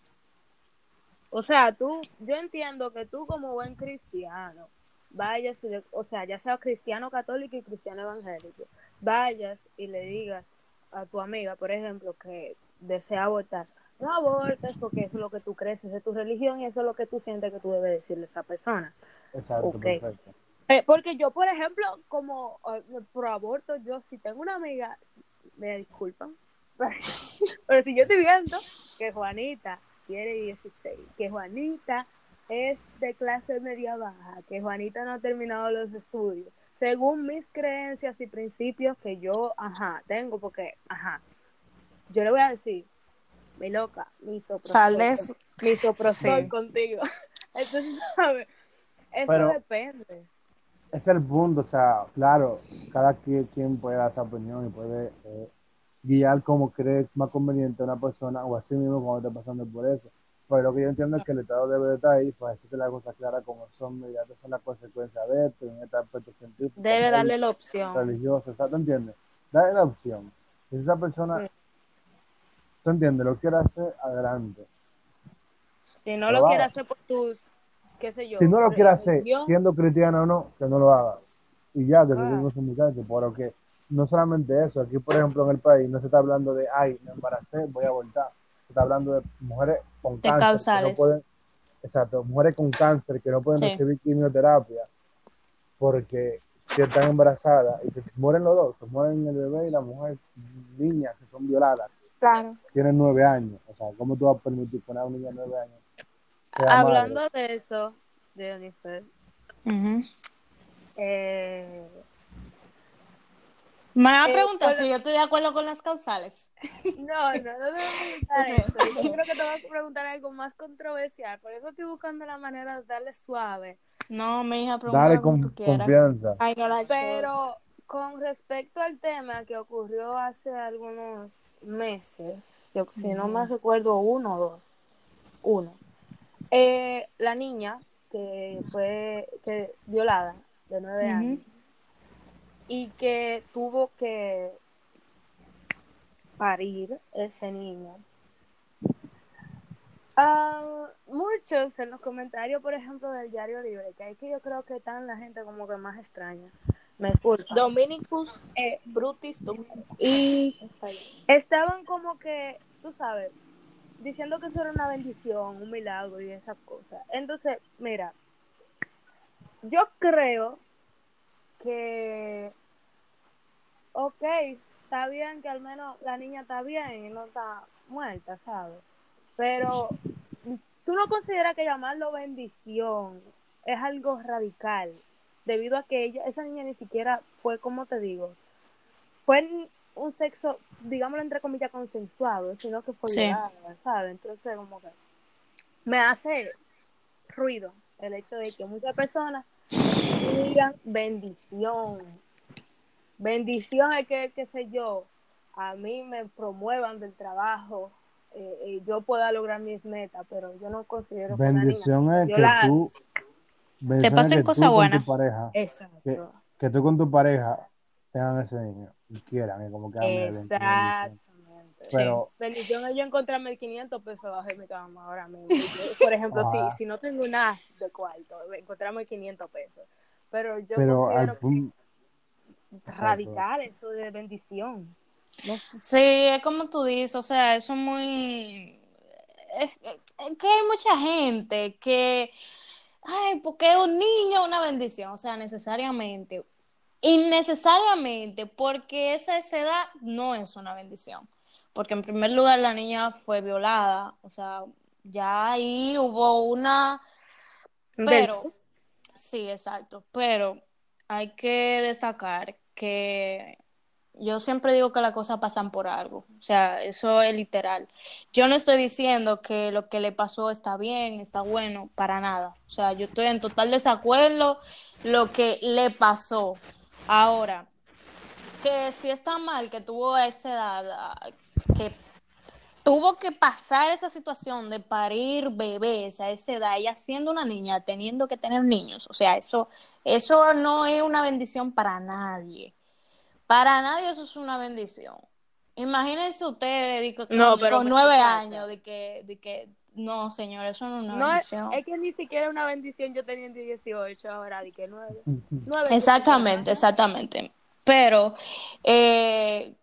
O sea, tú, yo entiendo que tú como buen cristiano, vayas, y le- o sea, ya sea cristiano católico y cristiano evangélico, vayas y le digas a tu amiga, por ejemplo, que desea abortar, no abortes porque eso es lo que tú crees, esa es tu religión y eso es lo que tú sientes que tú debes decirle a esa persona. Exacto, Ok. perfecto. Eh, porque yo, por ejemplo, como eh, pro aborto, yo si tengo una amiga, me disculpan, pero si yo estoy viendo que Juanita tiene dieciséis, que Juanita es de clase media baja, que Juanita no ha terminado los estudios, según mis creencias y principios que yo, ajá, tengo, porque, ajá, yo le voy a decir, mi loca, mi Sal soprostol, de eso. mi soprostol Sí. contigo. Entonces, ¿sabes? Eso Pero depende. es el punto, o sea, claro, cada qui- quien puede dar esa opinión y puede eh, guiar como cree más conveniente a una persona o así mismo cuando esté pasando por eso. Pero lo que yo entiendo es que el Estado debe de estar ahí para decirte las cosas claras como son, mira, estas son las consecuencias de esto, en este aspecto científico, Debe darle médico, la opción. religioso, o sea, ¿tú entiendes? Dale la opción. Si esa persona, Sí. ¿tú entiendes? Lo quiere hacer, adelante. Si no Que lo lo quiere haga. hacer por tus, qué sé Si yo, no lo quiere hacer, religión, siendo cristiano o no, que no lo haga. Y ya, que se quede claro, con su muchacho. Porque no solamente eso, aquí por ejemplo en el país no se está hablando de, ay, me embaracé, voy a abortar. Se está hablando de mujeres con De cáncer que no causales. pueden, exacto, mujeres con cáncer que no pueden Sí. recibir quimioterapia porque si están embarazadas y que se mueren los dos, se mueren el bebé y la mujer, niñas que son violadas, claro. tienen nueve años. O sea, ¿cómo tú vas a permitir que una niña de nueve años sea madre? Hablando de eso, Jennifer, Ujú. eh, Me van a eh, preguntar con si lo- yo estoy de acuerdo con las causales. no, no, no te voy a preguntar eso. Yo creo que te voy a preguntar algo más controversial, por eso estoy buscando la manera de darle suave. No, mi hija, Dale pregúntame como tú con quieras. confianza. Ay, no la Pero con respecto al tema que ocurrió hace algunos meses, yo- si no me recuerdo, uno o dos, uno. Eh, la niña que fue que, violada de nueve Ujú. años y que tuvo que parir ese niño. Ah, muchos en los comentarios, por ejemplo, del Diario Libre, que hay que yo creo que están la gente como que más extraña. Me culpa. Dominicus Eh, Brutis Dominicus. y estaban como que, tú sabes, diciendo que eso era una bendición, un milagro y esas cosas. Entonces, mira, yo creo que, ok, está bien que al menos la niña está bien y no está muerta, ¿sabes? Pero tú no consideras que llamarlo bendición es algo radical, debido a que ella, esa niña ni siquiera fue, como te digo, fue un sexo, digámoslo entre comillas, consensuado, sino que fue Sí. violada, ¿sabes? Entonces, como que me hace ruido el hecho de que muchas personas digan bendición. Bendición es que, qué sé yo, a mí me promuevan del trabajo, eh, eh, yo pueda lograr mis metas, pero yo no considero que una niña Bendición es que violada. tú, Te bendición es pasen que cosas tú con tu buenas. pareja, que, Exacto. que tú con tu pareja tengan ese niño y quieran, y como que, ah, mira, bien, qué bendición. Exactamente. Sí. Pero, Bendición es yo encontrarme quinientos pesos bajo de mi cama ahora mismo. Y yo, por ejemplo, si, ojalá, si no tengo nada de cuarto, encontrarme quinientos pesos. Pero yo pero al considero que punto, es exacto, radical eso de bendición. No sé. Sí, es como tú dices, o sea, eso es muy... Es, es- es que hay mucha gente que, ay, porque un niño es una bendición, o sea, necesariamente, innecesariamente, porque esa esa edad no es una bendición, porque en primer lugar la niña fue violada, o sea, ya ahí hubo una, Del, pero, sí, exacto, pero hay que destacar que Yo siempre digo que las cosas pasan por algo, o sea, eso es literal. Yo no estoy diciendo que lo que le pasó está bien, está bueno, para nada. O sea, yo estoy en total desacuerdo lo que le pasó. Ahora, que si está mal que tuvo a esa edad, ah, que tuvo que pasar esa situación de parir bebés a esa edad, ella siendo una niña, teniendo que tener niños, o sea, eso, eso no es una bendición para nadie. Para nadie eso es una bendición. Imagínense ustedes de que No, con, pero con nueve muchacha. años, de que, de que, no, señor, eso no es una No es, bendición. es que ni siquiera una bendición yo teniendo dieciocho, ahora di que nueve. nueve Exactamente, exactamente. Pero, eh,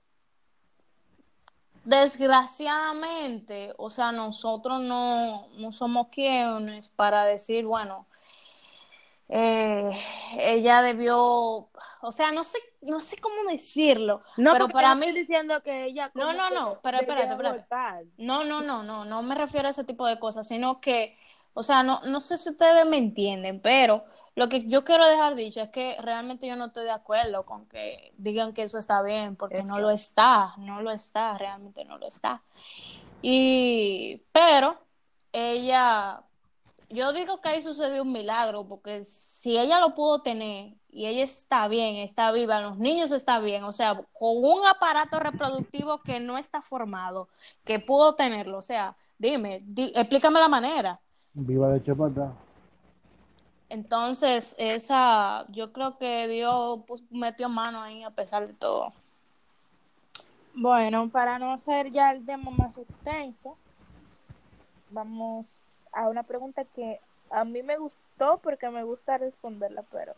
desgraciadamente, o sea, nosotros no, no somos quienes para decir, bueno, eh, ella debió, o sea, no sé, no sé cómo decirlo, No, pero porque yo para no estoy mí, diciendo que ella no, como no, que no, pero debió espérate, espérate. abortar. No, no, no, no, no me refiero a ese tipo de cosas, sino que, o sea, no, no sé si ustedes me entienden, pero lo que yo quiero dejar dicho es que realmente yo no estoy de acuerdo con que digan que eso está bien, porque no lo Exacto. está, no lo está, realmente no lo está. Y, pero ella, yo digo que ahí sucedió un milagro, porque si ella lo pudo tener y ella está bien, está viva, los niños están bien, o sea, con un aparato reproductivo que no está formado, que pudo tenerlo, o sea, dime, di, explícame la manera. Viva de chapata. Entonces, esa, yo creo que Dios pues, metió mano ahí a pesar de todo. Bueno, para no hacer ya el tema más extenso, vamos a una pregunta que a mí me gustó porque me gusta responderla, pero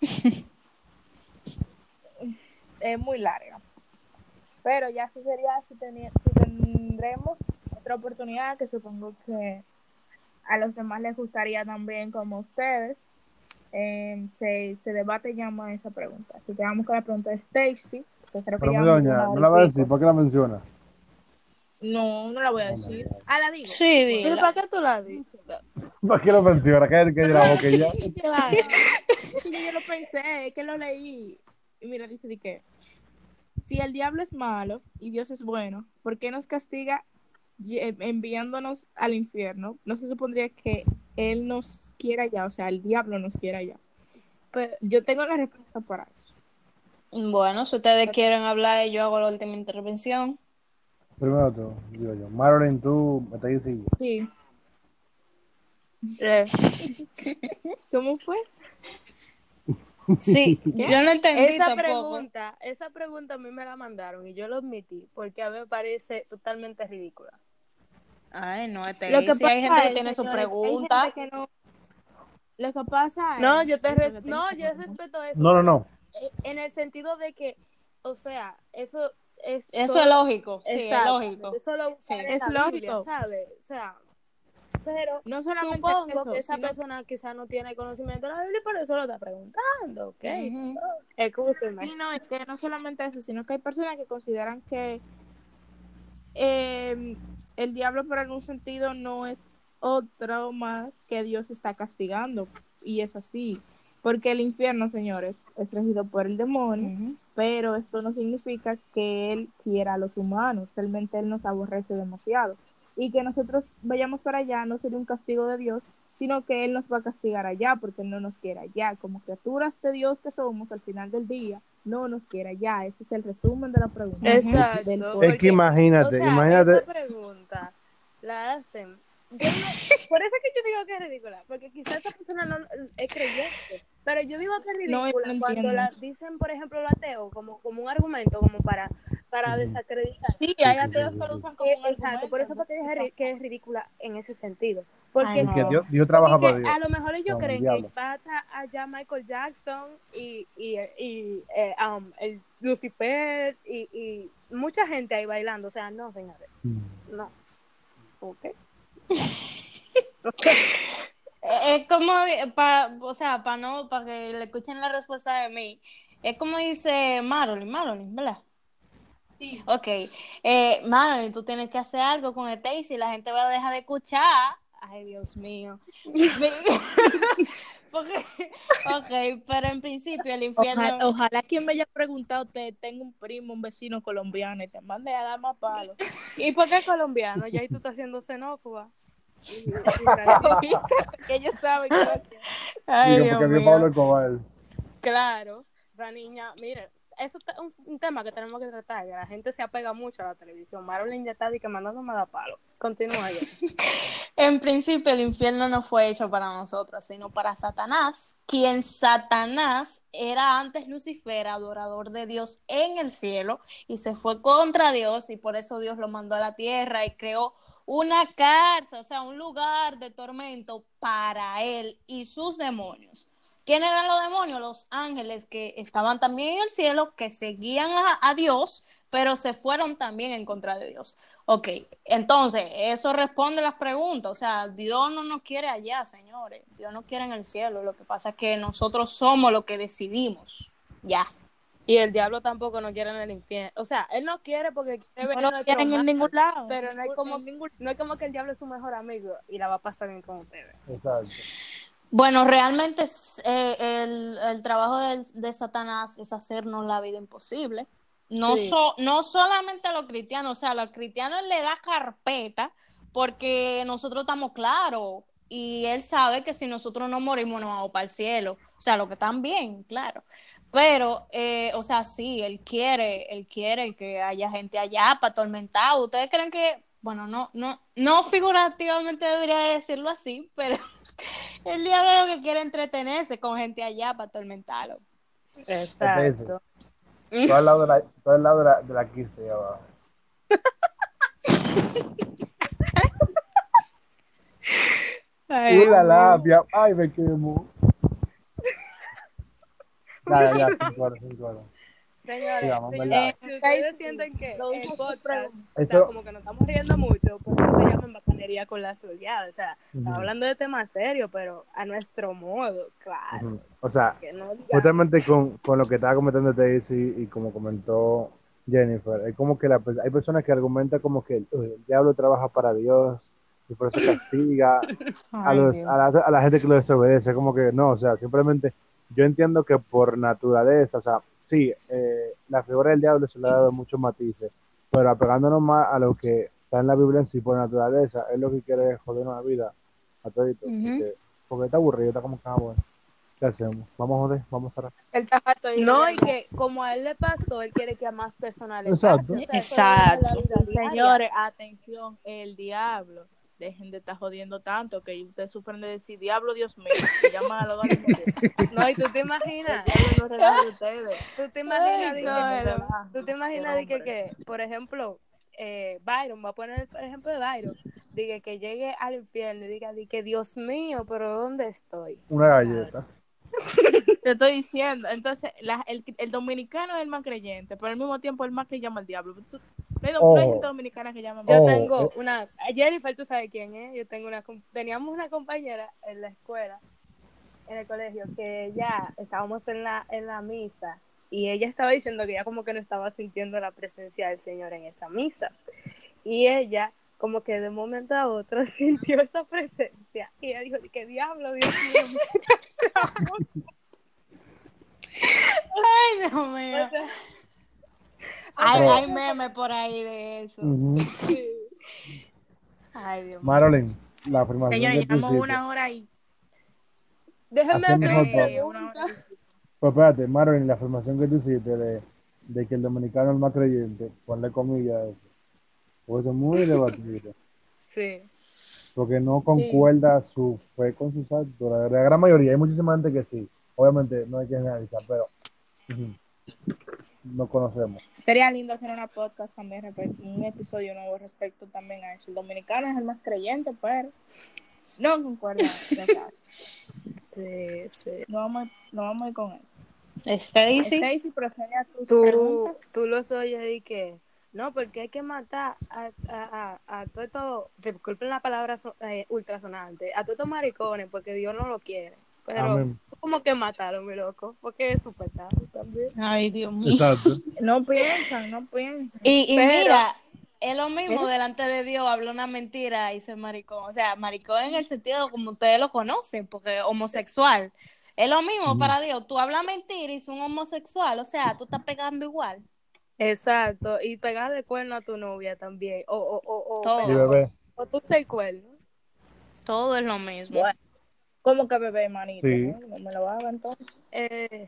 es muy larga. Pero ya sí sería si, teni- si tendremos otra oportunidad, que supongo que a los demás les gustaría también como ustedes, eh, se, se debate ya más esa pregunta. Así que vamos con la pregunta de Stacy, que creo que Pero mi llevamos como doña, una ¿no hora y la va a decir? pico. ¿Por qué la menciona? No, no la voy a Oh my decir. God. Ah, la digo. Sí, ¿Pero dila. para qué tú la dices? ¿Por qué lo menciona? Cállate que de la boca y ya. Claro. Es que yo, yo lo pensé, es que lo leí. Y mira, dice de que si el diablo es malo y Dios es bueno, ¿por qué nos castiga lle- enviándonos al infierno? No se supondría que Él nos quiera ya, o sea, el diablo nos quiera ya. Pero, Yo tengo la respuesta para eso. Bueno, si ustedes quieren hablar, yo hago la última intervención. Primero tú, digo yo. Marilyn, tú me estás diciendo. Sí. eh, ¿Cómo fue? Sí, ¿Qué? yo no entendí esa tampoco. pregunta, esa pregunta a mí me la mandaron y yo lo admití porque a mí me parece totalmente ridícula. Ay, no, Lo este, que si hay gente pasa que es, tiene su señores, que hay gente pregunta. que no. Lo que pasa No, es, yo te res- disculpe, tengo no, un yo momento. respeto eso, No, no, pero no. eh, en el sentido de que, o sea, eso es Eso es solo, lógico, sí, es exactamente, lógico. solo buscar Sí. en Es la Biblia, lógico. ¿sabes? O sea, pero No solamente supongo que eso, esa sino persona quizá no tiene conocimiento de la Biblia y por eso lo está preguntando, ¿ok? Ujú. Oh, Escúcheme. sí, no, es que no solamente eso, sino que hay personas que consideran que eh, el diablo por algún sentido no es otro más que Dios está castigando. Y es así. Porque el infierno, señores, es regido por el demonio, Ujú. pero esto no significa que Él quiera a los humanos. Realmente Él nos aborrece demasiado. Y que nosotros vayamos para allá no sería un castigo de Dios, sino que Él nos va a castigar allá porque Él no nos quiere allá. Como criaturas de Dios que somos al final del día, no nos quiere allá. Ese es el resumen de la pregunta. Ujú. Del Exacto, por Es que porque, qué. o imagínate, sea, esa imagínate. pregunta la hacen. Yo no, por eso es que yo digo que es ridícula, porque quizás esa persona no es creyente, pero yo digo que es No, yo ridícula no cuando entiendo. la dicen, por ejemplo, el ateo como, como un argumento, como para, para Ujú. desacreditar. Sí, Sí, hay sí, sí, ateos sí, que lo sí. usan como Eh, un exacto, por argumento. eso fue que dije ri- que es ridícula en ese sentido. Ay, Porque, Es que no. Dios, Dios porque trabaja que para Dios, a lo mejor ellos con el creen que diablo. va a estar allá Michael Jackson y, y, y eh, um, el Lucifer y, y mucha gente ahí bailando. O sea, no, señores, Mm. no. ¿Ok? Es como, pa, o sea, para no, para que le escuchen la respuesta de mí, es como dice Marilyn, Marilyn, ¿verdad? Sí. Ok, eh, Marilyn, tú tienes que hacer algo con Stacy, la gente va a dejar de escuchar Ay, Dios mío. Porque, ok, pero en principio el infierno... Ojalá, ojalá quien me haya preguntado, te tengo un primo, un vecino colombiano y te mande a dar más palo. ¿Y por qué colombiano? Ya ahí tú estás haciendo xenófoba. Y, y racista. Que ellos saben que lo que- Ay, Digo, Dios porque vio mío. Pablo Escobar. Claro, esa niña, mire, eso es un, un tema que tenemos que tratar, que la gente se apega mucho a la televisión. Marilyn ya está de que mandándome a dar palo. Continúa ya. En principio el infierno no fue hecho para nosotros, sino para Satanás, quien Satanás era antes Lucifer, adorador de Dios en el cielo, y se fue contra Dios, y por eso Dios lo mandó a la tierra y creó una cárcel, o sea, un lugar de tormento para él y sus demonios. ¿Quién eran los demonios? Los ángeles que estaban también en el cielo, que seguían a, a Dios, pero se fueron también en contra de Dios. Ok, entonces, eso responde a las preguntas. O sea, Dios no nos quiere allá, señores. Dios nos quiere en el cielo. Lo que pasa es que nosotros somos los que decidimos. Ya. Y el diablo tampoco nos quiere en el infierno. O sea, él no quiere porque quiere no venir lo nuestro quieren en mal, ningún lado. pero no hay como, En ningún- no hay como que el diablo es su mejor amigo y la va a pasar bien con ustedes. Exacto. Bueno, realmente es, eh, el, el trabajo de, de Satanás es hacernos la vida imposible. No, Sí. so, no solamente a los cristianos, o sea, a los cristianos le da carpeta porque nosotros estamos claros y él sabe que si nosotros no morimos nos vamos para el cielo. O sea, lo que están bien, claro. Pero, eh, o sea, sí, él quiere, él quiere que haya gente allá para atormentar. ¿Ustedes creen que, bueno, no, no, no figurativamente debería decirlo así, pero el diablo lo que quiere entretenerse con gente allá para atormentarlo? Exacto. Todo al lado de la, todo al lado de la, de la quiste ahí abajo. Ay, Uh, la Dios mío. labia. Ay, me quemo. Ya, ya, ya, cinco horas, cinco horas. Señores, Digamos, señores, ¿verdad? Eh, si ustedes Stacy, sienten que lo el dice tu podcast, pregunta. o sea, Eso, como que nos estamos riendo mucho, por eso se llama En Bacanería con la Soleada. O sea, estamos ujú, hablando de temas serios, pero a nuestro modo, claro. ujú. O sea, Que no digan, justamente con, con lo que estaba comentando Daisy y como comentó Jennifer, es como que la, pe- hay personas que argumentan como que el, el diablo trabaja para Dios y por eso castiga a, Ay, los, Dios. a, la, a la gente que lo desobedece. Como que no, o sea, simplemente yo entiendo que por naturaleza, o sea, sí, eh, la figura del diablo se le ha dado muchos matices, pero apegándonos más a lo que está en la Biblia en sí, por naturaleza, es lo que quiere jodernos la vida a todito, Ujú. porque, porque está aburrido, está como que, ah, bueno, ¿qué hacemos? Vamos a joder, vamos a cerrar. El tajato y no, y que como a él le pasó, él quiere que a más personas le Exacto. pase. O sea, eso lo vemos en la Exacto. vida Y diaria. señores, atención, el diablo. Dejen de estar jodiendo tanto que ustedes sufren de decir, diablo, Dios mío, y llaman a los dos al mismo tiempo. No, y tú te El imaginas, diablo no relaja de ustedes. tú te imaginas Ay, de Dios no que, cógelo. relaja. tú te El imaginas de que, hombre. que, por ejemplo, eh, Byron, va a poner el ejemplo de Byron, diga que llegue al infierno y diga de que Dios mío, pero ¿dónde estoy? Una galleta. Te estoy diciendo, entonces la- el, el dominicano es el más creyente, pero al mismo tiempo el más que llama al diablo. Tú- no, hay, do- no hay gente Ojo, dominicana que llama al Yo ojo, diablo. tengo eh, una, Jennifer, tú sabes quién es, yo tengo una, com- teníamos una compañera en la escuela, en el colegio, que ya estábamos en la, en la misa y ella estaba diciendo que ya como que no estaba sintiendo la presencia del Señor en esa misa. Y ella como que de un momento a otro sintió esa presencia y ella dijo, ¿qué diablo, Dios mío? Ay, Dios mío. O sea, Hay, Pero- hay memes por ahí de eso. ujú. sí. Ay, Dios mío. Marilyn, la afirmación Señores, que tú llevamos hiciste, una hora y Déjenme hacemos hacer una mejor para. eh, una hora pregunta. y pico. Pues espérate, Marilyn, la afirmación que tú hiciste de, de que el dominicano es más creyente, ponle comillas a eso, porque eso es muy debatible, Sí. porque no Sí. concuerda su fe con sus actos. La, la gran mayoría, hay muchísima gente que sí, obviamente no hay que generalizar, pero ujú, no conocemos. Sería lindo hacer una podcast también, respecto- un episodio nuevo respecto también a eso. El dominicano es el más creyente, pero no concuerda. ¿Verdad? Sí, sí. No vamos, no vamos a ir con eso. Stacy. Stacy, procede a tus Tú, preguntas. tú los oyes y que, no, porque hay que matar a, a, a, a todo esto, disculpen la palabra so- eh, ultrasonante, a todos estos maricones, porque Dios no lo quiere. Pero, Amén. ¿cómo que matarlo, mi loco? Porque es súper tarde también. Ay, Dios mío. Exacto. No piensan, no piensan. Y, y Pero- mira, es lo mismo, ¿Eh? delante de Dios habla una mentira y se maricón. O sea, maricón en el sentido como ustedes lo conocen, porque homosexual. Es lo mismo Mm. para Dios. Tú hablas mentira y es un homosexual. O sea, tú estás pegando igual. Exacto, y pegarle cuerno a tu novia también, o, o, o, o Y Todo. pegar cuerno, bebé, o tú ser cuerno. Todo es lo mismo. Bueno, ¿cómo que bebé, manito? sí. No, no me lo haga entonces. Eh,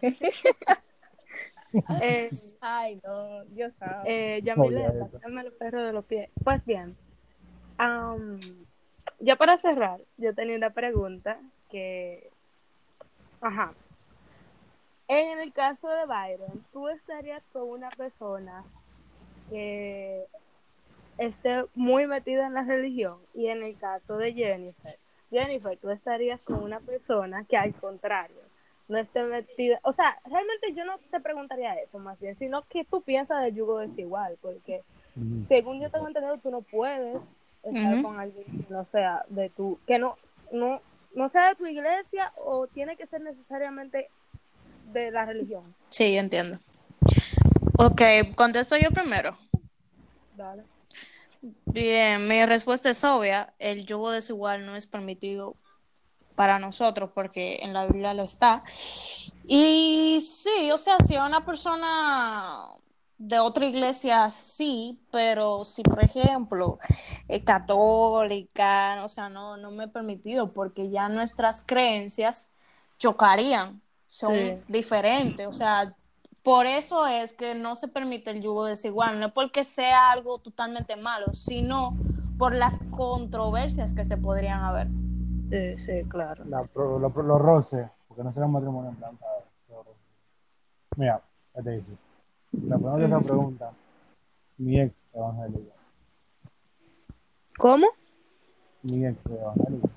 eh, Ay, no, Dios sabe. eh, Oye, Yamilenda, esto. dame los perros de los pies. Pues bien, am, ya para cerrar, yo tenía una pregunta que, ajá, en el caso de Byron, ¿tú estarías con una persona que esté muy metida en la religión? Y en el caso de Jennifer, Jennifer, tú estarías con una persona que al contrario, no esté metida, o sea, realmente yo no te preguntaría eso más bien, sino que tú piensas del yugo desigual, porque Mm. según yo tengo entendido, tú no puedes estar Ujú. con alguien que no sea de tu, que no, no, no sea de tu iglesia o tiene que ser necesariamente de la religión. Sí, yo entiendo. Ok, contesto yo primero. Dale. Bien, mi respuesta es obvia. El yugo desigual no es permitido para nosotros porque en la Biblia lo está. Y sí, o sea, si a una persona de otra iglesia sí, pero si por ejemplo es católica, o sea, no, no me he permitido porque ya nuestras creencias chocarían, son Sí. diferentes, o sea, por eso es que no se permite el yugo desigual, no es porque sea algo totalmente malo, sino por las controversias que se podrían haber. Sí, sí, claro. La, pro- lo- los roces, porque no será un matrimonio en plan, ¿sabes? Los roces. Mira, ¿qué te dice? Respondiendo a esa Ujú. pregunta, mi ex evangélica, ¿Cómo? mi ex evangélica,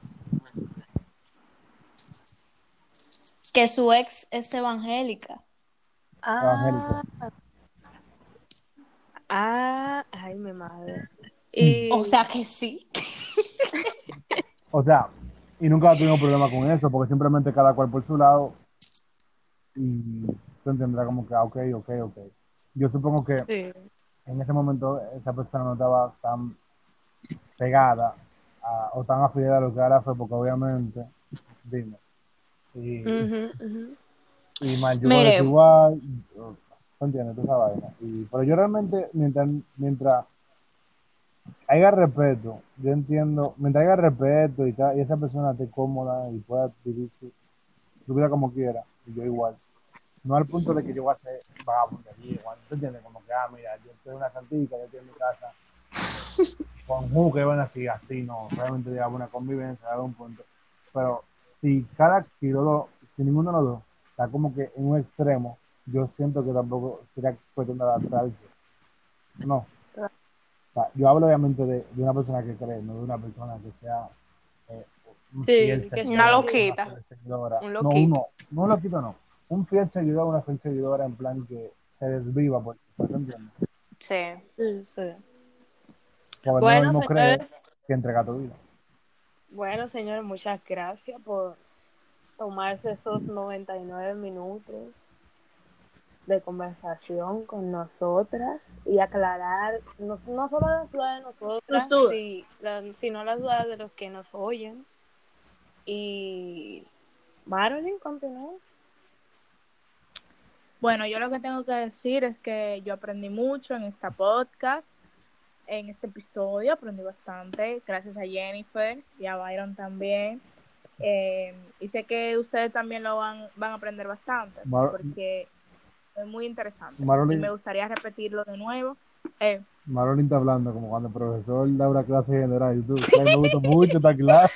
Que su ex es evangélica. evangélico. Ah, ah, ay, mi madre. Sí. O Y sea que sí. O sea, y nunca tuvimos problema con eso, porque simplemente cada cual por su lado, y tú entenderás como que, ah, ok, ok, ok. Yo supongo que sí. en ese momento esa persona no estaba tan pegada a- o tan afiliada a lo que era la fe, porque obviamente, dime, y, Ujú, ujú. y mal yugo Mire, desigual, ¿tú entiendes? Toda esa vaina. Y, pero yo realmente, mientras, mientras haya respeto, yo entiendo, mientras haya respeto y, ta- y esa persona esté cómoda y pueda vivir su, su vida como quiera, y yo igual. No al punto de que yo voy a ser vagabundo allí, igual, ¿tú entiendes? Como que, ah, mira, yo soy una santica, yo estoy en mi casa, con jugo que van así, así, no, realmente digamos una convivencia a un punto. Pero si cada, si, los dos- si ninguno de los dos está como que en un extremo, yo siento que tampoco sería cuestión de adaptarse. No, o sea, yo hablo obviamente de, de una persona que cree, no de una persona que sea eh, un fiel Sí, que una seguidor, sí, una loquita, fiel seguidora. un No, loquito. uno, no un loquito, no. Un fiel seguidor, una fiel seguidora en plan que se desviva, por, por ¿te entiendes? sí. Sí, sí. Porque no es lo Bueno, mismo creer señores, que entregar tu vida. bueno, señores, muchas gracias por tomarse esos noventa y nueve minutos de conversación con nosotras y aclarar no, no solo las dudas de Tus nosotras, dudas. si- la- sino las dudas de los que nos oyen. Y Marilyn, continúa. Bueno, yo lo que tengo que decir es que yo aprendí mucho en esta podcast, en este episodio, aprendí bastante, gracias a Jennifer y a Byron también. Eh, y sé que ustedes también lo van, van a aprender bastante, Mar- porque es muy interesante y me Marolín, gustaría repetirlo de nuevo. Eh, Marolín está hablando como cuando el profesor da una clase general y tú, que a mí me gusta mucho esta clase.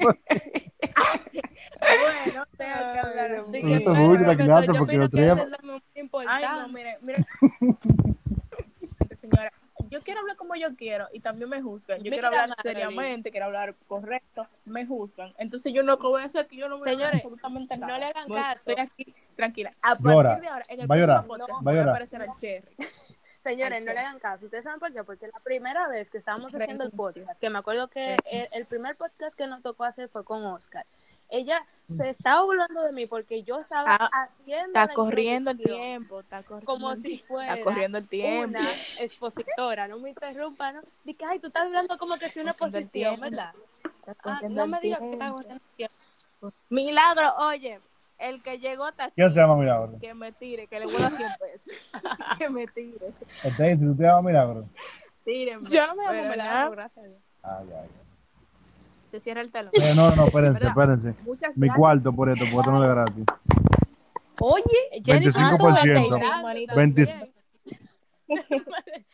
bueno, tengo que Ay, hablar Dios así. Así Me que gusta mío. bueno, mucho esta profesor, clase yo porque opino los que ese tres... es muy Ay, no, importante. mire, mire, señora, yo quiero hablar como yo quiero y también me juzgan. Yo quiero Mira, hablar Marilyn, seriamente, quiero hablar correcto, me juzgan. Entonces yo lo que voy a hacer es que yo no voy a hablar señores, absolutamente no le nada. hagan Voy- Estoy caso. aquí tranquila. A partir Llora, de ahora, en el va a próximo llorar, podcast No, va a me voy a llorar. parecer al Cherry. Al señores, no le Cherry. hagan caso. ¿Ustedes saben por qué? Porque la primera vez que estábamos haciendo el Renuncio. podcast, que me acuerdo que el, Renuncio. el primer podcast que nos tocó hacer fue con Oscar, ella se estaba burlando de mí porque yo estaba Ah, haciendo Está la corriendo el introducción tiempo, está corriendo como el si tiempo, fuera está corriendo el tiempo. una expositora, no me interrumpa, ¿no? Dice, ay, tú estás hablando como que si una Corriendo el exposición, tiempo. ¿verdad? Está Ah, corriendo no el me digas que está tiempo. corriendo el tiempo. Milagro, oye, el que llegó hasta aquí, ¿Quién se llama Milagro? que me tire, que le vuelva cien pesos. Que me tire. Stacy, ¿tú te llamas Milagro? Tírenme. Yo no me llamo Pero Milagro, nada, gracias a Dios. Ah, ya, ya. se cierra el talón. Eh, no, no, espérense, ¿Verdad? espérense. Muchas Mi gracias. cuarto por esto, porque esto no es gratis. Oye, Jennifer, veinticinco por ciento. tú estás manito. hablando veinte también.